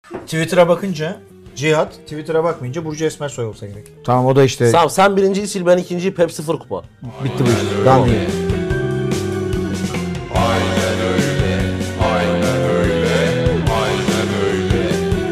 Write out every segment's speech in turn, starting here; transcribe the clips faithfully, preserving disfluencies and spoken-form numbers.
Twitter'a bakınca Cihat, Twitter'a bakmayınca Burcu Esmersoy olsa gerek. Tamam o da işte. Tamam sen birinciyi sil, ben ikinciyi, Pep sıfır kupa. Bitti bu iş. Daha iyi. Aynen öyle, aynen öyle, aynen öyle.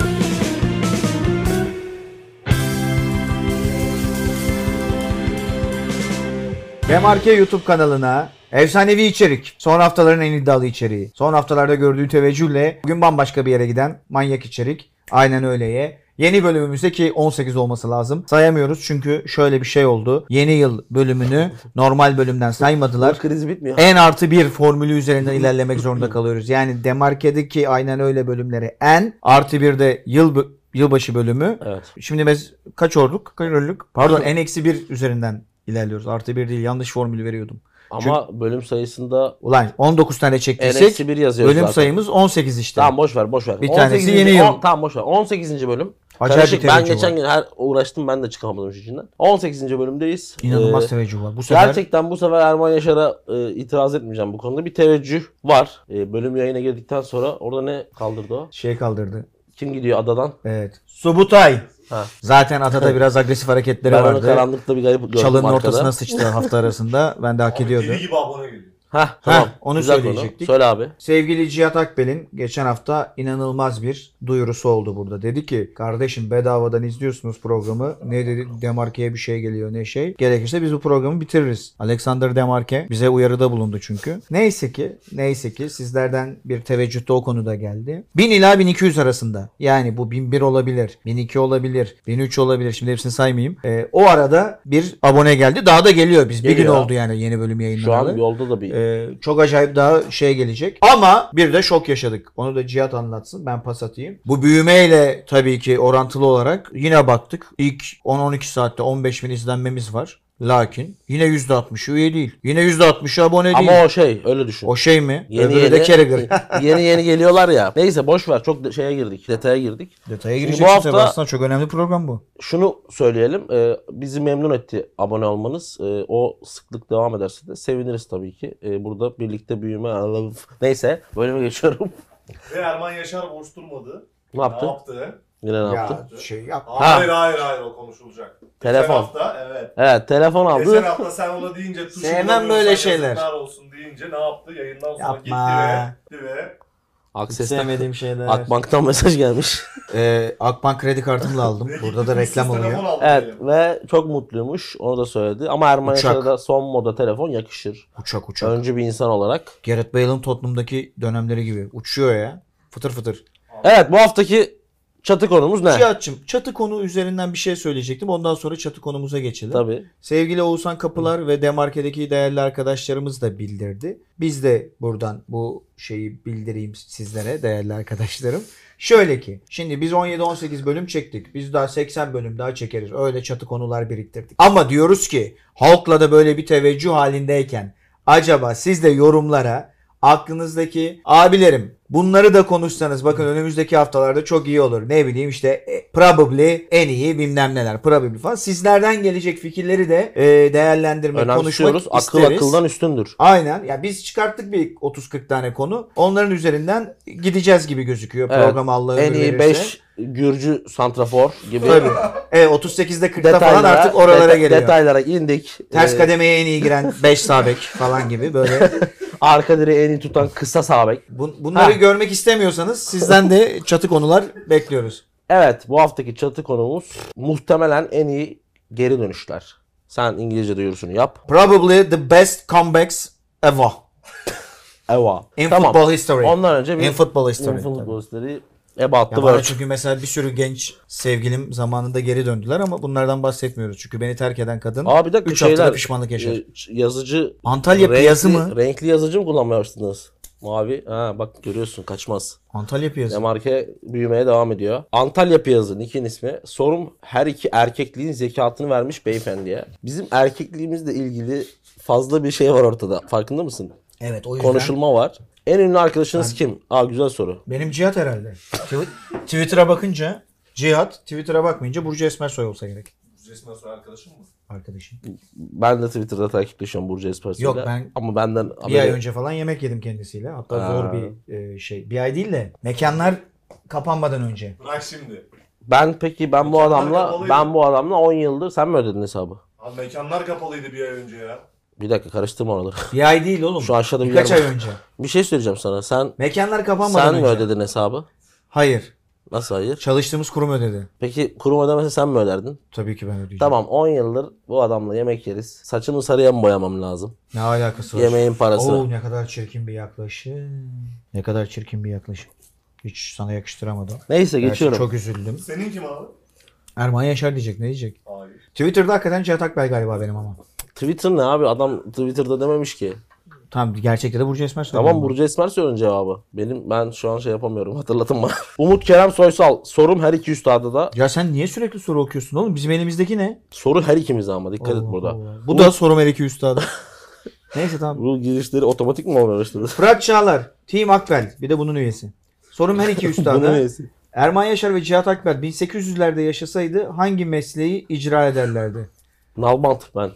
Demarke YouTube kanalına efsanevi içerik, son haftaların en iddialı içeriği, son haftalarda gördüğü teveccühle bugün bambaşka bir yere giden manyak içerik. Aynen öyleye. Yeni bölümümüzde ki on sekiz olması lazım. Sayamıyoruz çünkü şöyle bir şey oldu. Yeni yıl bölümünü normal bölümden saymadılar. Bu kriz bitmiyor. En artı bir formülü üzerinden ilerlemek zorunda kalıyoruz. Yani Demarke'deki aynen öyle bölümleri en artı bir de yıl yılbaşı bölümü. Evet. Şimdi biz kaç olduk? Kaç olduk? Pardon en eksi bir üzerinden ilerliyoruz. Artı bir değil, yanlış formülü veriyordum. Ama Çünkü, bölüm sayısında ulan on dokuz tane çektiysek bir yazıyor bölüm zaten. sayımız on sekiz işte. Tamam boş ver boş ver. Bir tanesi yeni yıl. on, tamam boş ver. on sekizinci bölüm. Acayip Karışık. bir Ben teveccüh geçen var. gün her uğraştım, ben de çıkamadım şu içinden. on sekizinci bölümdeyiz. İnanılmaz Ee, teveccüh var. Bu sefer Gerçekten bu sefer Erman Yaşar'a e, itiraz etmeyeceğim bu konuda. Bir teveccüh var. E, bölüm yayına girdikten sonra orada ne kaldırdı o? şey kaldırdı. Kim gidiyor adadan? Evet. Subutay. Ha. Zaten adada biraz agresif hareketleri Ben onu vardı. karanlıkta bir garip gördüm Çalının arkada. ortasına sıçtı hafta arasında. Ben de hak ediyordu. Deli gibi abone geliyor. Heh, tamam. onu Güzel söyleyecektik. konu. Söyle abi. Sevgili Cihat Akbel'in geçen hafta inanılmaz bir duyurusu oldu burada. Dedi ki kardeşim bedavadan izliyorsunuz programı. Ne dedi, Demarke'ye bir şey geliyor ne şey. Gerekirse biz bu programı bitiririz. Alexander Demarke bize uyarıda bulundu çünkü. Neyse ki neyse ki sizlerden bir teveccüh de o konuda geldi. bin ila bin iki yüz arasında. Yani bu bin bir olabilir, bin iki olabilir, bin üç olabilir. Şimdi hepsini saymayayım. Ee, o arada bir abone geldi. Daha da geliyor. Biz Geliyor. bir gün oldu yani yeni bölüm yayınlanalı. Şu an yolda da bir Ee, çok acayip daha şey gelecek. Ama bir de şok yaşadık. Onu da Cihat anlatsın. Ben pas atayım. Bu büyümeyle tabii ki orantılı olarak yine baktık. İlk on on iki saatte on beş bin izlenmemiz var. Lakin yine yüzde altmışı üye değil. Yine yüzde altmışı abone değil. ama o şey öyle düşün. O şey mi? Yeni Öbürü yeni, de Carragher. yeni yeni geliyorlar ya. Neyse boş ver. Çok de- şeye girdik. Detaya girdik. Detaya Şimdi gireceksin bu tabii. hafta- Aslında çok önemli program bu. Şunu söyleyelim. E, bizi memnun etti abone olmanız. E, o sıklık devam ederse de seviniriz tabii ki. E, burada birlikte büyüme. Neyse. Bölüme geçiyorum. Ve Erman Yaşar boş durmadı. Ne yaptı? Ne yaptı? Yine ne yaptı? Ya şey yap. Hayır hayır hayır o konuşulacak. Telefon. Geçen hafta evet. Evet telefon aldı. Geçen hafta sen ona deyince tuşu Sevmem bulamıyorsan böyle şeyler. yazıklar olsun deyince ne yaptı? Yayından sonra Yapma. gitti ve gitti ve Akses'ten Sevmediğim şeyler. Akbank'tan mesaj gelmiş. Ee, Akbank kredi kartımla aldım. Burada da reklam telefon oluyor. aldı Evet diyelim. ve çok mutluymuş. Onu da söyledi. Ama Erman Uçak. Yaşar'a da son moda telefon yakışır. Uçak uçak. Öncü bir insan olarak. Gareth Bale'ın Tottenham'daki dönemleri gibi. Uçuyor ya. Fıtır fıtır. Evet bu haftaki çatı konumuz ne? Cihat'cığım çatı konu üzerinden bir şey söyleyecektim. Ondan sonra çatı konumuza geçelim. Tabii. Sevgili Oğuzhan Kapılar ve Demarke'deki değerli arkadaşlarımız da bildirdi. Biz de buradan bu şeyi bildireyim sizlere değerli arkadaşlarım. Şöyle ki şimdi biz on yedi on sekiz bölüm çektik. Biz daha seksen bölüm daha çekeriz. Öyle çatı konular biriktirdik. Ama diyoruz ki halkla da böyle bir teveccüh halindeyken acaba siz de yorumlara aklınızdaki abilerim bunları da konuşsanız bakın önümüzdeki haftalarda çok iyi olur. Ne bileyim işte e, probably en iyi bilmem neler probably falan. Sizlerden gelecek fikirleri de e, değerlendirmek, konuşmak Önemsiyoruz. Akıl isteriz. akıldan üstündür. Aynen. Ya biz çıkarttık bir otuz kırk tane konu. Onların üzerinden gideceğiz gibi gözüküyor. Evet. Program Allah En ömür iyi verirse. beş Gürcü santrafor gibi. Tabii. Evet otuz sekizde kırkta falan Detaylara, artık oralara deta- geliyor. Detaylara indik. Ters Ee, kademeye en iyi giren beş sağ bek falan gibi böyle. Arka direği en iyi tutan kısa sağ bek. Bun- bunları Ha. görmek istemiyorsanız sizden de çatı konular bekliyoruz. Evet bu haftaki çatı konumuz muhtemelen en iyi geri dönüşler. Sen İngilizce duyurusunu yap. Probably the best comebacks ever Eva. in Tamam. football history. Ondan önce bir In football history. In football Tabii. history. About the Ya bana world. çünkü mesela bir sürü genç sevgilim zamanında geri döndüler ama bunlardan bahsetmiyoruz. Çünkü beni terk eden kadın Aa bir dakika üç haftada şeyler. pişmanlık yaşar. e, yazıcı. Antalya renkli, piyazı mı? Renkli yazıcı mı kullanmıyorsunuz? Mavi. Ha bak görüyorsun kaçmaz. Antalya piyazı. Demarke büyümeye devam ediyor. Antalya Piyazı Nick'in ismi. Sorum her iki erkekliğin zekatını vermiş beyefendiye. Bizim erkekliğimizle ilgili fazla bir şey var ortada. Farkında mısın? Evet o yüzden. Konuşulma var. En ünlü arkadaşınız kim? Aa güzel soru. Benim Cihat herhalde. Twi- Twitter'a bakınca Cihat, Twitter'a bakmayınca Burcu Esmersoy olsa gerek. Resmen sonra arkadaşım mı? Arkadaşım. Ben de Twitter'da takipleşiyorum Burcu Esparso'yla. Yok, ben Ama benden Bir ay önce falan yemek yedim kendisiyle. Hatta Ha. zor bir e, şey. Bir ay değil de mekanlar kapanmadan önce. Bırak şimdi. Ben peki ben bu Mekanlar adamla kapalıydı. ben bu adamla on yıldır sen mi ödedin hesabı? Abi mekanlar kapalıydı bir ay önce ya. Bir dakika karıştırma oraları. Bir ay değil oğlum. Şu aşağıda bir Birkaç yer ay var. önce. Bir şey söyleyeceğim sana. Sen Mekanlar kapanmadan sen önce. mi ödedin hesabı? Hayır. Nasıl hayır? Çalıştığımız kurum ödedi. Peki kurum ödemese sen mi öderdin? Tabii ki ben ödeyeceğim. Tamam on yıldır bu adamla yemek yeriz. Saçımı sarıya mı boyamam lazım? Ne alakası var? Yemeğin parası. Oo, ne kadar çirkin bir yaklaşım. Ne kadar çirkin bir yaklaşım. Hiç sana yakıştıramadım. Neyse Gerçi geçiyorum. çok üzüldüm. Senin kim abi? Erman Yaşar diyecek. Ne diyecek? Hayır. Twitter'da hakikaten Cihat Akbel galiba benim ama. Twitter ne abi? Adam Twitter'da dememiş ki. Tamam gerçekte de Burcu Esmer söylüyor. Tamam Burcu Esmer söyleyin cevabı. Benim ben şu an şey yapamıyorum. Hatırlatın bana. Umut Kerem Soysal. Sorum her iki üstada da. Ya sen niye sürekli soru okuyorsun oğlum? Bizim elimizdeki ne? Soru her ikimize ama dikkat et Allah burada. Allah. Bu da sorum her iki üstadı. Neyse tamam. Bu girişleri otomatik mi olmaya başladı? Fırat Çağlar, Team Akbel. Bir de bunun üyesi. Sorum her iki Bunun üstada. neyesi? Erman Yaşar ve Cihat Akbel bin sekiz yüzlerde yaşasaydı hangi mesleği icra ederlerdi? Nalbant ben.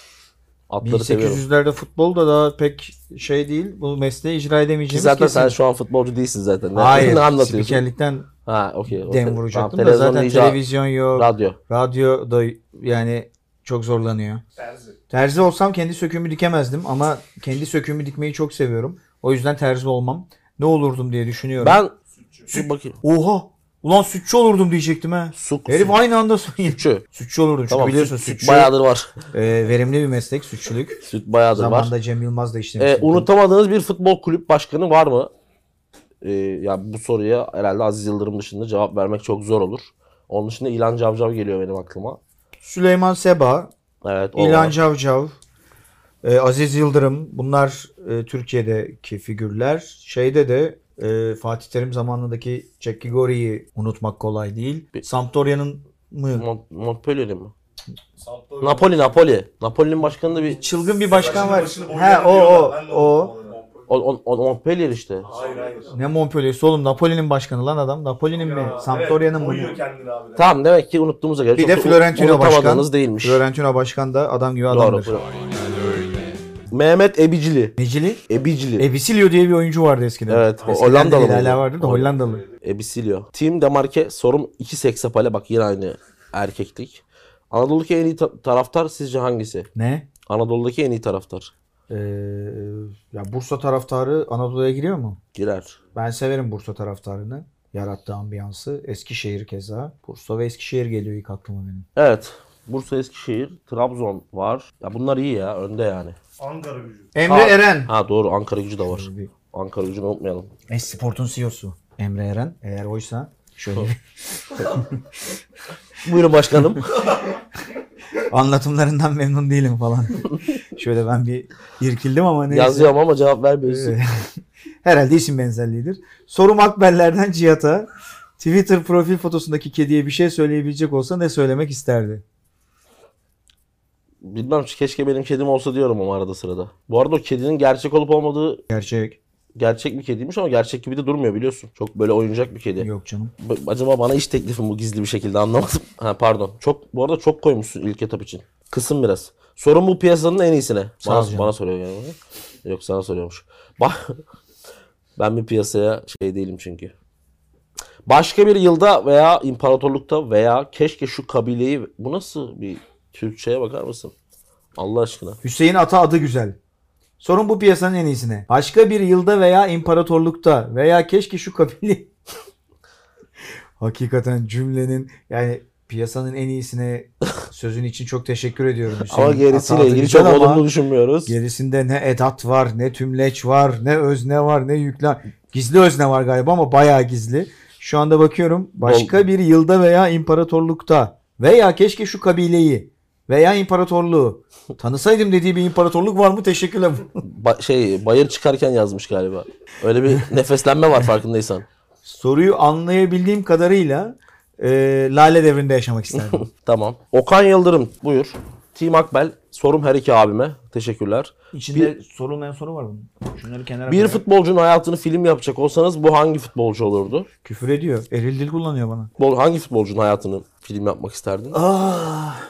Atları seviyorum. bin sekiz yüzlerde futbol da daha pek şey değil. Bu mesleği icra Ki edemeyeceğimiz zaten kesin. sen şu an futbolcu değilsin zaten. Ne, Hayır. ne anlatıyorsun? Spikerlikten Ha okey. okey. dem vuracaktım Tamam, da zaten televizyonda televizyon yok. radyo. Radyo da yani çok zorlanıyor. Terzi. Terzi olsam kendi söküğümü dikemezdim ama kendi söküğümü dikmeyi çok seviyorum. O yüzden terzi olmam. Ne olurdum diye düşünüyorum. Ben Dur bakayım. Oha! Ulan sütçü olurdum diyecektim ha. Su, Herif su- aynı anda söylüyor. sütçü. Sütçü olurdum çünkü Tamam biliyorsun süt, sütçü süt bayağıdır var. e, verimli bir meslek sütçülük. Süt bayağıdır var. Zamanında Cem Yılmaz da işlemiş. Ee, unutamadığınız bir futbol kulüp başkanı var mı? Ee, ya bu soruya herhalde Aziz Yıldırım dışında cevap vermek çok zor olur. Onun dışında İlhan Cavcav geliyor benim aklıma. Süleyman Seba, Evet. o İlhan var. Cavcav, e, Aziz Yıldırım bunlar e, Türkiye'deki figürler. Şeyde de e, Fatih Terim zamanındaki Çekki Gori'yi unutmak kolay değil. Bir- Sampdoria'nın mı? Mon- Montpellier'li mi? Sampdoria. Napoli, Napoli. Napoli'nin başkanı da bir... Çılgın bir başkan var. Başını boyuna He o diyorlar, o ben de o. unuttum onu. O, o, o Montpellier işte. Hayır hayır. Ne Montpellier'si oğlum, Napoli'nin başkanı lan adam. Napoli'nin mi? Ya, Sampdoria'nın evet, mı? koyuyor kendini abi. Tamam demek ki unuttuğumuza göre Bir çok de da Florentino unutamadığınız başkan. değilmiş. Florentino başkan da adam gibi Doğru. adamdır. bu- Mehmet Ebicili. Necili? Ebicili. Ebisilio diye bir oyuncu vardı eskiden. Evet, o Eskiden Hollandalı değil, mıydı? hala vardı da Hollandalı. Ebisilio. Team Demarke sorum iki seksapale bak yine aynı erkeklik. Anadolu'daki en iyi ta- taraftar sizce hangisi? Ne? Anadolu'daki en iyi taraftar. Ee, ya Bursa taraftarı Anadolu'ya giriyor mu? Girer. Ben severim Bursa taraftarını. Yarattığı ambiyansı. Eskişehir keza. Bursa ve Eskişehir geliyor ilk aklıma benim. Evet. Bursa, Eskişehir, Trabzon var. Ya bunlar iyi ya. Önde yani. Ankara gücü. Emre Aa. Eren. Ha doğru. Ankara gücü de var. Bir Ankara gücünü unutmayalım. Esport'un C E O'su. Emre Eren. Eğer oysa şöyle bir Buyurun başkanım. anlatımlarından memnun değilim falan. Şöyle ben bir irkildim ama neyse. Yazıyorum ama cevap vermiyorsun. Ee, Herhalde isim benzerliğidir. Sorum Akbellerden Cihat'a. Twitter profil fotosundaki kediye bir şey söyleyebilecek olsa ne söylemek isterdi? Bilmem keşke benim kedim olsa diyorum ama arada sırada. Bu arada o kedinin gerçek olup olmadığı Gerçek. gerçek bir kediymiş ama gerçek gibi de durmuyor biliyorsun. Çok böyle oyuncak bir kedi. Yok canım. B- Acaba bana iş teklifi mi bu gizli bir şekilde anlamadım. Ha pardon. Çok bu arada çok koymuşsun ilk etap için. Kısım biraz. Sorun bu piyasanın en iyisine. Sağ ol Bana, canım. bana soruyor yani. Yok sana soruyormuş. Bak ben bir piyasaya şey değilim çünkü. Başka bir yılda veya imparatorlukta veya keşke şu kabileyi bu nasıl bir Türkçeye bakar mısın? Allah aşkına. Hüseyin Ata adı güzel. Sorun bu piyasanın en iyisine. Başka bir yılda veya imparatorlukta veya keşke şu kabile... Hakikaten cümlenin yani piyasanın en iyisine sözün için çok teşekkür ediyorum Hüseyin. Ama gerisiyle Ata adı ilgili güzel çok ama olumlu düşünmüyoruz. gerisinde ne edat var, ne tümleç var, ne özne var, ne yüklem. Gizli özne var galiba ama bayağı gizli. Şu anda bakıyorum. Başka bir yılda veya imparatorlukta veya keşke şu kabileyi veya imparatorluğu tanısaydım dediği bir imparatorluk var mı? Teşekkürler. Ba- şey bayır çıkarken yazmış galiba. Öyle bir nefeslenme var farkındaysan. Soruyu anlayabildiğim kadarıyla e, Lale devrinde yaşamak isterdim. Tamam. Okan Yıldırım buyur. Team Akbel sorum her iki abime. Teşekkürler. İçinde sorulmayan soru var bunun. Şunları kenara Bir koyalım. futbolcunun hayatını film yapacak olsanız bu hangi futbolcu olurdu? Küfür ediyor. Eril dil kullanıyor bana. Futbol, hangi futbolcunun hayatını film yapmak isterdin? Ah,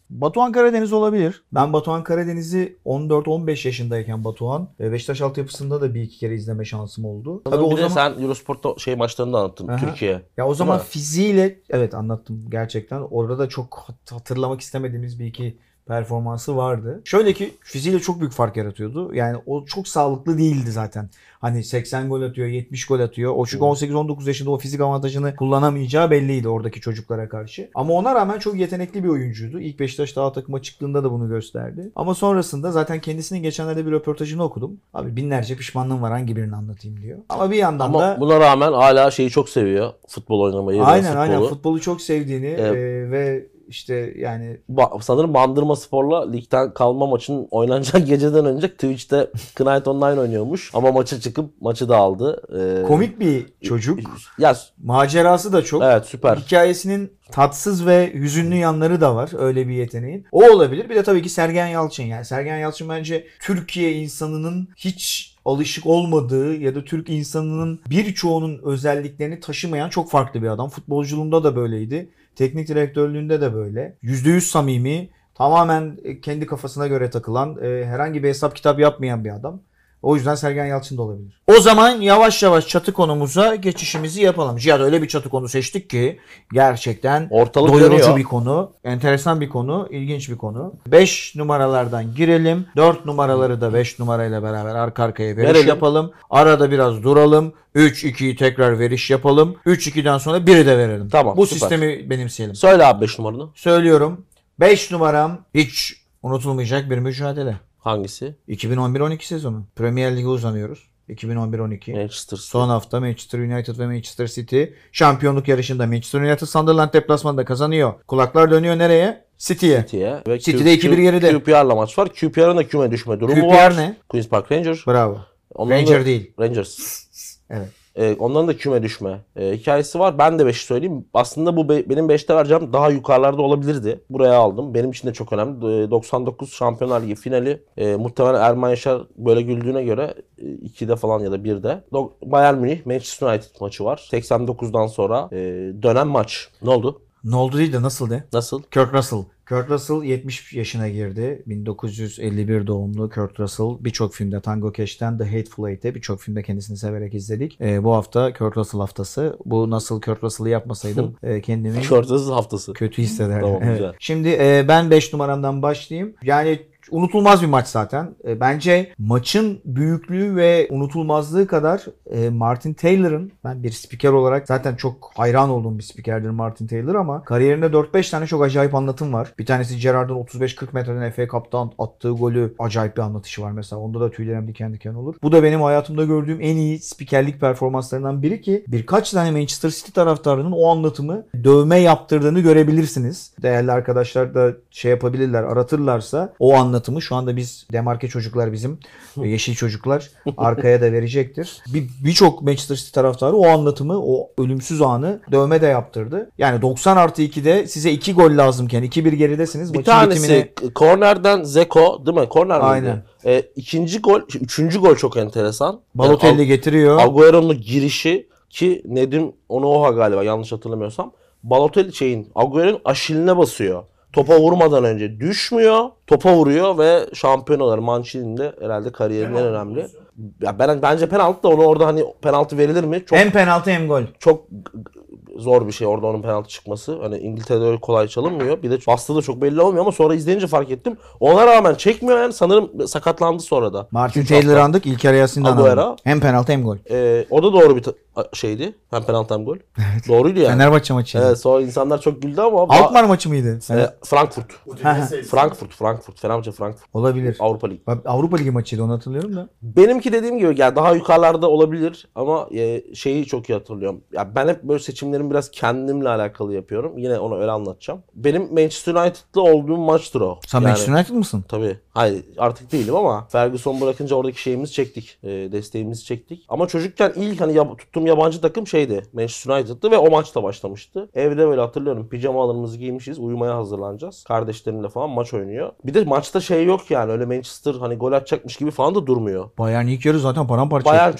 Batuhan Karadeniz olabilir. Ben Batuhan Karadeniz'i on dört on beş yaşındayken Batuhan ve Beşiktaş altyapısında da bir iki kere izleme şansım oldu. Tabii Tabii o bir de zaman sen Eurosport'ta şey maçlarını da anlattın. Aha. Türkiye. ya o zaman mi? fiziğiyle evet anlattım gerçekten. Orada da çok hat- hatırlamak istemediğimiz bir iki performansı vardı. Şöyle ki fiziğiyle çok büyük fark yaratıyordu. Yani o çok sağlıklı değildi zaten. Hani seksen gol atıyor, yetmiş gol atıyor. O çünkü on sekiz on dokuz yaşında o fizik avantajını kullanamayacağı belliydi oradaki çocuklara karşı. Ama ona rağmen çok yetenekli bir oyuncuydu. İlk Beşiktaş A takıma çıktığında da bunu gösterdi. Ama sonrasında zaten kendisinin geçenlerde bir röportajını okudum. Abi binlerce pişmanlığım var, hangi birini anlatayım diyor. Ama bir yandan Ama da buna rağmen hala şeyi çok seviyor. Futbol oynamayı. ve aynen futbolu. aynen futbolu çok sevdiğini Evet. e, ve işte yani Ba- sanırım Bandırma Spor'la ligden kalma maçının oynanacak geceden önce Twitch'te Knight Online oynuyormuş. Ama maça çıkıp maçı da aldı. Ee, komik bir çocuk. Ya Macerası da çok. evet, süper. Hikayesinin tatsız ve hüzünlü yanları da var. Öyle bir yeteneğin. O olabilir. Bir de tabii ki Sergen Yalçın. Yani Sergen Yalçın bence Türkiye insanının hiç alışık olmadığı ya da Türk insanının birçoğunun özelliklerini taşımayan çok farklı bir adam. Futbolculuğunda da böyleydi. Teknik direktörlüğünde de böyle. yüzde yüz samimi, tamamen kendi kafasına göre takılan, e, herhangi bir hesap kitap yapmayan bir adam. O yüzden Sergen Yalçın da olabilir. O zaman yavaş yavaş çatı konumuza geçişimizi yapalım. Cihat öyle bir çatı konu seçtik ki gerçekten Ortalık doyurucu dönüyor. bir konu, enteresan bir konu, ilginç bir konu. beş numaralardan girelim. dört numaraları da beş numarayla beraber arka arkaya veriş Verelim. yapalım. Arada biraz duralım. üç ikiyi tekrar veriş yapalım. üç ikiden sonra biri de verelim. Tamam, Bu süper. sistemi benimseyelim. Söyle abi beş numaranı. Söylüyorum. beş numaram hiç unutulmayacak bir mücadele. Hangisi? iki bin on bir on iki sezonu. Premier Lig'e uzanıyoruz. iki bin on bir on iki. Manchester City. Son hafta Manchester United ve Manchester City şampiyonluk yarışında. Manchester United Sunderland deplasmanında kazanıyor. Kulaklar dönüyor nereye? City'ye. City'ye. Ve City'de iki bir geride. Q P R'la maç var. Q P R'ın da küme düşme durumu Q var. P R ne? Queen's Park Rangers. Bravo. Onların Ranger da- değil. Rangers. Evet. Ee, onların da küme düşme e, hikayesi var. Ben de beşi söyleyeyim. Aslında bu be- benim beşte vereceğim daha yukarılarda olabilirdi. Buraya aldım. Benim için de çok önemli. E, doksan dokuz Şampiyonlar Ligi finali. E, muhtemelen Erman Yaşar böyle güldüğüne göre e, ikide falan ya da birde. Do- Bayern Münih Manchester United maçı var. seksen dokuzdan sonra e, dönen maç. Ne oldu? Ne oldu değil de nasıl de? Nasıl? Kurt Russell. Kurt Russell yetmiş yaşına girdi. bin dokuz yüz elli bir doğumlu Kurt Russell. Birçok filmde Tango Cash'ten The Hateful Eight'e birçok filmde kendisini severek izledik. Ee, bu hafta Kurt Russell haftası. Bu nasıl Kurt Russell'ı yapmasaydım e, kendimi Körtesiz haftası. kötü hissederdim. Tamam, Evet. güzel. Şimdi e, ben beş numaramdan başlayayım. Yani unutulmaz bir maç zaten. E, bence maçın büyüklüğü ve unutulmazlığı kadar e, Martin Taylor'ın, ben bir spiker olarak zaten çok hayran olduğum bir spikerdir Martin Taylor, ama kariyerinde dört beş tane çok acayip anlatım var. Bir tanesi Gerrard'ın otuz beş kırk metreden F A Cup'tan attığı golü, acayip bir anlatışı var mesela. Onda da tüylerim diken diken olur. Bu da benim hayatımda gördüğüm en iyi spikerlik performanslarından biri ki birkaç tane Manchester City taraftarının o anlatımı dövme yaptırdığını görebilirsiniz. Değerli arkadaşlar da şey yapabilirler, aratırlarsa o anlatımı şu anda biz Demarke çocuklar, bizim yeşil çocuklar arkaya da verecektir. Bir birçok Manchester City taraftarı o anlatımı, o ölümsüz anı dövme de yaptırdı. Yani doksan artı ikide size iki gol lazımken iki bir geridesiniz. Bir Maçın tanesi bitimine... kornerden Zeko değil mi? Korner miydi? Aynen. E, ikinci gol, üçüncü gol çok enteresan. Balotelli E, getiriyor. Agüero'nun girişi ki Nedim Onoha galiba yanlış hatırlamıyorsam. Balotelli şeyin Agüero'nun aşiline basıyor. Topa vurmadan önce düşmüyor. Topa vuruyor ve şampiyonalar Mancini'nin de herhalde kariyerinin en önemli. Ya ben bence penaltı da onu orada hani penaltı verilir mi? Çok Hem penaltı hem gol. çok zor bir şey orada onun penaltı çıkması. Hani İngiltere'de öyle kolay çalınmıyor. Bir de bastığı da çok belli olmuyor ama sonra izleyince fark ettim. Ona rağmen çekmiyor yani, sanırım sakatlandı sonra da. Martin Üç Taylor hafta. andık. İlker Yasin'den Agüero. aldık. Hem penaltı hem gol. Ee, o da doğru bir ta- şeydi. Hem penaltı hem gol. Doğruydu yani. Fenerbahçe maçıydı. Evet, sonra insanlar çok güldü ama Alkmaar maçı mıydı? Ee, Frankfurt. Udinese. Frankfurt, Frankfurt. Fenerbahçe Frankfurt. Olabilir. Avrupa Ligi. Bak, Avrupa Ligi maçıydı, onu hatırlıyorum da. Benimki dediğim gibi yani daha yukarılarda olabilir ama e, şeyi çok iyi hatırlıyorum. Ya ben hep böyle seçimlerimi biraz kendimle alakalı yapıyorum. Yine onu öyle anlatacağım. Benim Manchester United'lı olduğum maçtır o. Sen Yani- Manchester United mısın? Tabii. Hayır, artık değilim ama Ferguson bırakınca oradaki şeyimizi çektik. E, desteğimizi çektik. Ama çocukken ilk hani yab- tuttuğum yabancı takım şeydi. Manchester United'dı ve o maçta başlamıştı. Evde böyle hatırlıyorum. Pijamalarımızı giymişiz. Uyumaya hazırlanacağız. Kardeşlerimle falan maç oynuyor. Bir de maçta şey yok yani. Öyle Manchester hani gol atacakmış gibi falan da durmuyor. Bayern ilk yarı zaten paramparça Bayern etti. çok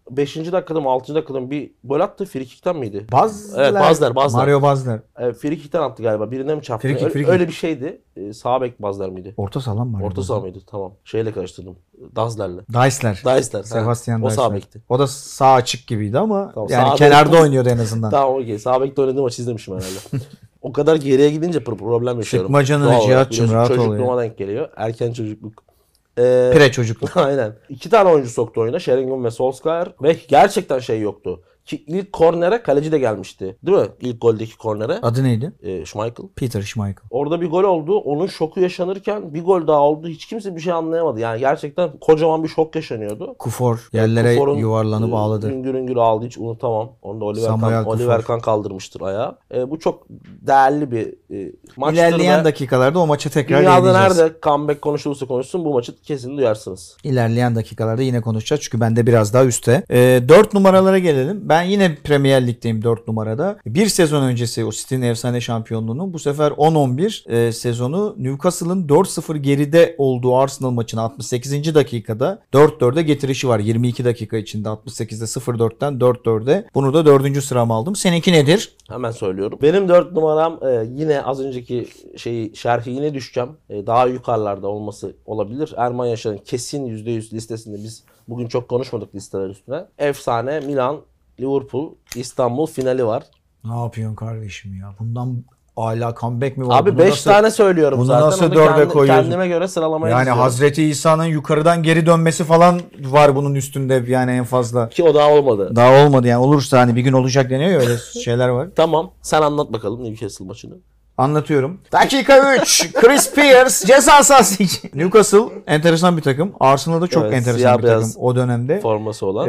beşinci dakikada mı altıncı dakikada mı bir gol attı. Frikik'ten miydi? Bazler. Evet, Bazler, Bazler. Mario Bazler. E, Frikik'ten attı galiba. Birine mi çarptı? Frikik, öyle, frikik. öyle bir şeydi. E, sağ bek Bazler miydi? Orta saha lan Mario Orta Bazler. saha mıydı? Tamam. Şeyle karıştırdım. Dazler'le. Deisler. Deisler. Sebastian O sağ Deisler. bekti. O da sağ açık gibiydi ama Tamam, yani sağ kenarda bek- oynuyordu en azından. Tamam okey. Sağ bekte oynadığım maçı izlemişim herhalde. O kadar geriye gidince pro- problem yaşıyorum. Sıkma canını Doğal olarak Cihat'cığım, biliyorsun, rahat ol çocukluğuma denk geliyor. Erken çocukluk. Ee, Pire çocukluk. Aynen. İki tane oyuncu soktu oyuna. Sheringham ve Solskjaer. Ve gerçekten şey yoktu. Ki ilk kornere kaleci de gelmişti. Değil mi? İlk goldeki kornere. Adı neydi? Ee, Schmeichel. Peter Schmeichel. Orada bir gol oldu. Onun şoku yaşanırken bir gol daha oldu. Hiç kimse bir şey anlayamadı. Yani gerçekten kocaman bir şok yaşanıyordu. Kufor yerlere Kufor'un, yuvarlanıp e, ağladı. Hüngür hüngür ağladı. Hiç unutamam. Onu da Oliver Samuel Kahn, Kufor. Oliver Kahn kaldırmıştır ayağa. E, bu çok değerli bir e, maçtır. İlerleyen ve dakikalarda o maçı tekrar dünyada değineceğiz. nerede comeback konuşulursa konuşsun bu maçı kesin duyarsınız. İlerleyen dakikalarda yine konuşacağız. Çünkü ben de biraz daha üstte. E, dört numaralara gelelim. Ben yine Premier Lig'deyim dört numarada. Bir sezon öncesi o City'nin efsane şampiyonluğunun bu sefer on on bir e, sezonu Newcastle'ın dört sıfır geride olduğu Arsenal maçını altmış sekizinci dakikada dört dörde getirişi var. yirmi iki dakika içinde altmış sekizde sıfır dörtten dört dörde. Bunu da dördüncü sırama aldım. Seninki nedir? Hemen söylüyorum. Benim dört numaram e, yine az önceki şeyi şerhi yine düşeceğim. E, daha yukarılarda olması olabilir. Erman Yaşar'ın kesin yüzde yüz listesinde biz bugün çok konuşmadık listeler üstüne. Efsane Milan Liverpool İstanbul finali var. Ne yapıyorsun kardeşim ya? Bundan hala comeback mi var? Abi Bunu beş nasıl- tane söylüyorum bunu zaten. nasıl Onu dörde kendi- koyuyorsun? Kendime göre sıralamaya Yani diziyorum. Hazreti İsa'nın yukarıdan geri dönmesi falan var bunun üstünde yani en fazla. Ki o daha olmadı. Daha olmadı yani olursa hani bir gün olacak deniyor ya öyle şeyler var. Tamam. Sen anlat bakalım Newcastle maçını. Anlatıyorum. Dakika üç. Chris Pierce ceza sahası için. Newcastle enteresan bir takım. Arsenal'da çok Evet, enteresan siyah bir beyaz takım o dönemde. Forması olan. Ee,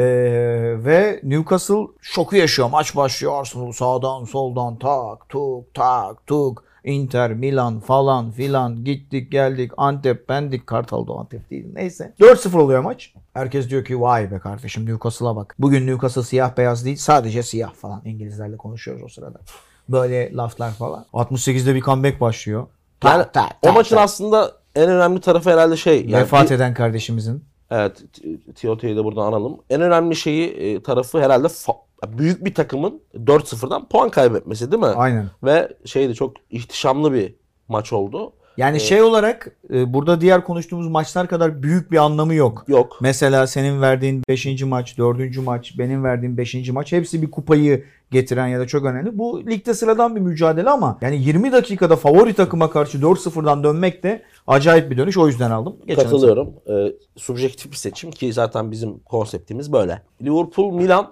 ve Newcastle şoku yaşıyor. Maç başlıyor. Arsenal sağdan soldan tak tuk tak tuk. Inter, Milan falan filan gittik geldik Antep bendik Kartal'da o Antep değil neyse. dört sıfır oluyor maç. Herkes diyor ki vay be kardeşim Newcastle'a bak. Bugün Newcastle siyah beyaz değil sadece siyah falan. İngilizlerle konuşuyoruz o sırada. Böyle laflar falan. altmış sekizde bir comeback başlıyor. Tak, Yani tak, o tak, maçın tak. aslında en önemli tarafı herhalde şey. Yani Vefat bir- eden kardeşimizin. Evet, T O T'yi de buradan analım. En önemli şeyi e, tarafı herhalde fa- büyük bir takımın dört sıfırdan puan kaybetmesi değil mi? Aynen. Ve şeydi çok ihtişamlı bir maç oldu. Yani şey olarak e, burada diğer konuştuğumuz maçlar kadar büyük bir anlamı yok. Yok. Mesela senin verdiğin beşinci maç, dördüncü maç, benim verdiğim beşinci maç hepsi bir kupayı getiren ya da çok önemli. Bu ligde sıradan bir mücadele ama yani yirmi dakikada favori takıma karşı dört sıfırdan dönmek de acayip bir dönüş. O yüzden aldım. Geçelim Katılıyorum. Ee, subjektif bir seçim ki zaten bizim konseptimiz böyle. Liverpool Milan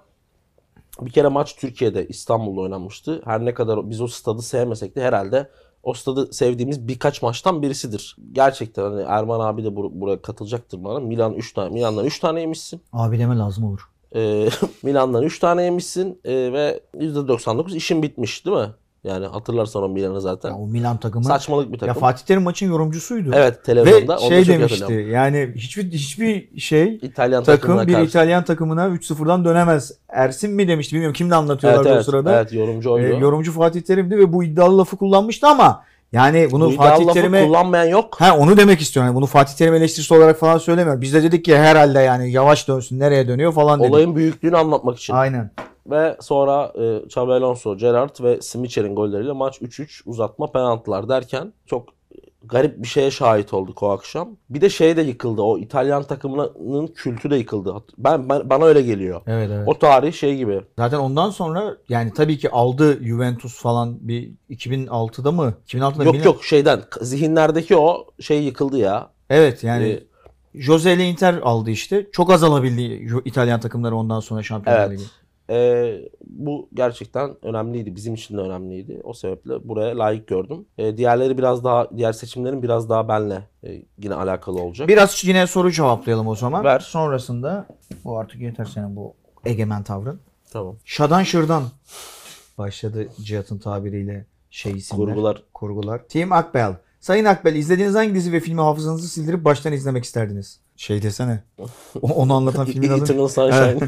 bir kere maç Türkiye'de İstanbul'da oynanmıştı. Her ne kadar biz o stadı sevmesek de herhalde o stadı sevdiğimiz birkaç maçtan birisidir. Gerçekten hani Erman abi de bur- buraya katılacaktır bana. Milan üç tane Milan'dan üç tane yemişsin. Abi deme lazım olur. Ee, Milan'dan üç tane yemişsin ee, ve yüzde doksan dokuz işin bitmiş değil mi? Yani hatırlarsan o Milan'ı zaten. Ya o Milan takımı. Saçmalık bir Ya takım. Fatih Terim maçın yorumcusuydu. Evet televizyonda. Ve onu da şey çok iyi demişti hatırlıyorum. yani hiçbir hiçbir şey İtalyan takım takımına bir karşı. İtalyan takımına üç sıfırdan dönemez. Ersin mi demişti bilmiyorum kimle anlatıyorlar Evet, o evet, sırada. evet yorumcu Ee, oydu. yorumcu Fatih Terim'di ve bu iddialı lafı kullanmıştı ama yani bunu Bu iddialı Fatih lafı Terim'e kullanmayan yok. ha onu demek istiyorum. Yani bunu Fatih Terim eleştirisi olarak falan söylemiyorum. Biz de dedik ki herhalde yani yavaş dönsün nereye dönüyor falan dedik. Olayın büyüklüğünü anlatmak için. Aynen. Ve sonra e, Xabi Alonso, Gerrard ve Smicher'in golleriyle maç üç üç uzatma penaltılar derken çok garip bir şeye şahit olduk o akşam. Bir de şey de yıkıldı. O İtalyan takımının kültü de yıkıldı. Ben, ben bana öyle geliyor. Evet evet. O tarih şey gibi. Zaten ondan sonra yani tabii ki aldı Juventus falan bir iki bin altıda mı? iki bin altıda Yok Milan- yok şeyden zihinlerdeki o şey yıkıldı ya. Evet yani Ee, Jose ile Inter aldı işte. Çok azalabildi Ju- İtalyan takımları ondan sonra Şampiyonlar Evet. Ligi. Ee, bu gerçekten önemliydi. Bizim için de önemliydi. O sebeple buraya layık gördüm. Ee, diğerleri biraz daha, diğer seçimlerin biraz daha benle e, yine alakalı olacak. Biraz yine soru cevaplayalım o zaman. Ver. Sonrasında bu artık yeter senin bu egemen tavrın. Tamam. Şadan şırdan başladı Cihat'ın tabiriyle şey isimler. Kurgular. Kurgular. Team Akbel. Sayın Akbel, izlediğiniz hangi dizi ve filmi hafızanızı sildirip baştan izlemek isterdiniz? Şey desene. O- Onu anlatan filmin adı. Eternal Sunshine.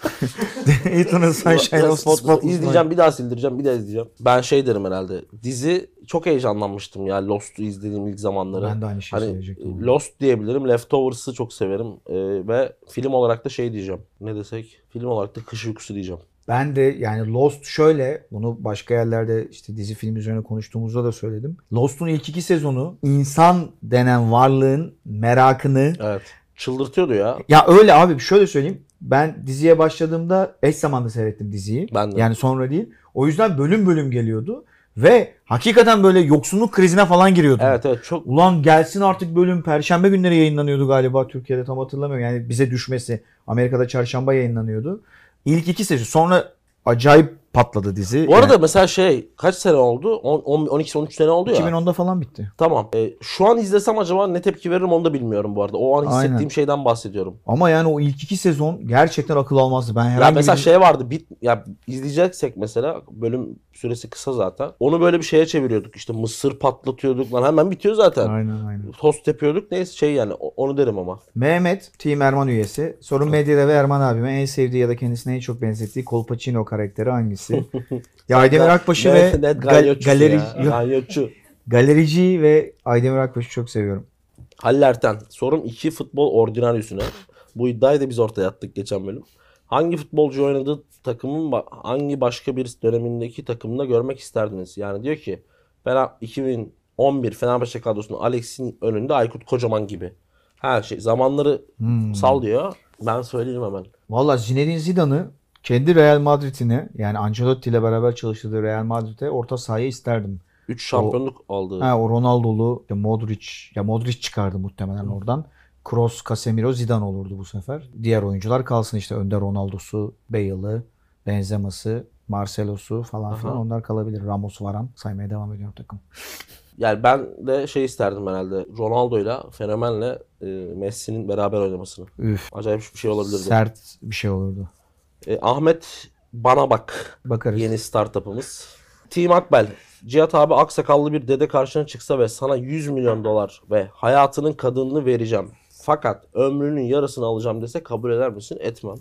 Eternal Sunshine of Spot- Spotless izleyeceğim, bir daha sildireceğim, bir daha izleyeceğim. Ben şey derim herhalde. Dizi çok heyecanlanmıştım ya Lost'u izlediğim ilk zamanları. Ben de aynı şeyi Hani söyleyecektim. Lost diyebilirim. Leftovers'ı çok severim. Ee, ve film olarak da şey diyeceğim. Ne desek? Film olarak da Kış Uykusu diyeceğim. Ben de yani Lost şöyle, bunu başka yerlerde işte dizi film üzerine konuştuğumuzda da söyledim. Lost'un ilk iki sezonu insan denen varlığın merakını, Evet. Çıldırtıyordu ya. ya öyle abi, şöyle söyleyeyim. Ben diziye başladığımda eş zamanlı seyrettim diziyi. Ben de. Yani sonra değil. O yüzden bölüm bölüm geliyordu. Ve hakikaten böyle yoksunluk krizine falan giriyordum. Evet evet çok Ulan gelsin artık bölüm. Perşembe günleri yayınlanıyordu galiba Türkiye'de, tam hatırlamıyorum. Yani bize düşmesi. Amerika'da çarşamba yayınlanıyordu. İlk iki sezon. Sonra acayip patladı dizi. Bu arada Yani mesela şey kaç sene oldu? on iki on üç sene oldu ya. iki bin onda falan bitti. Tamam. E, şu an izlesem acaba ne tepki veririm onu da bilmiyorum bu arada. O an hissettiğim Aynen. şeyden bahsediyorum. Ama yani o ilk iki sezon gerçekten akıl almazdı. Ben Ya herhangi mesela bir... şey vardı. Bit ya izleyeceksek mesela bölüm süresi kısa zaten. Onu böyle bir şeye çeviriyorduk. İşte mısır patlatıyorduk lan hemen bitiyor zaten. Aynen aynen. Tost yapıyorduk. Neyse şey yani o- onu derim ama. Mehmet, Team Erman üyesi. Sorun medyada ve Erman abime en sevdiği ya da kendisine en çok benzettiği Kolpaçino karakteri hangisi? ya Aydemir Akbaş'ı ve Net gal- galyotçusu galeri, ya. yok, Galyotçu. galerici ve Aydemir Akbaş'ı çok seviyorum. Halil Erten. Sorum iki futbol ordinaryüsüne. Bu iddiayı da biz ortaya attık geçen bölüm. Hangi futbolcu oynadığı takımın ba- hangi başka bir dönemindeki takımında görmek isterdiniz? Yani diyor ki ben iki bin on bir Fenerbahçe kadrosunda Alex'in önünde Aykut Kocaman gibi. Her şey zamanları Hmm. sal diyor. Ben söyleyeyim hemen. Valla Zinedine Zidane'ı kendi Real Madrid'ine, yani Ancelotti ile beraber çalıştığı Real Madrid'e orta sahaya isterdim. üç şampiyonluk aldı. Ha, o Ronaldo'lu, işte Modric, ya Modric çıkardı muhtemelen oradan. Kroos, Casemiro, Zidane olurdu bu sefer. Diğer oyuncular kalsın, işte önde Ronaldo'su, Bale'ı, Benzema'sı, Marcelo'su falan filan, Aha. onlar kalabilir. Ramos, Varane saymaya devam ediyorum takım. Yani ben de şey isterdim herhalde. Ronaldo'yla, Fenomen'le e, Messi'nin beraber oynamasını. Üf, Acayip bir şey olabilirdi. sert bir şey olurdu. E, Ahmet bana bak. Bakarız. Yeni startup'ımız. Team Akbel. Cihat abi aksakallı bir dede karşına çıksa ve sana yüz milyon dolar ve hayatının kadınını vereceğim. Fakat ömrünün yarısını alacağım dese kabul eder misin? Etmem.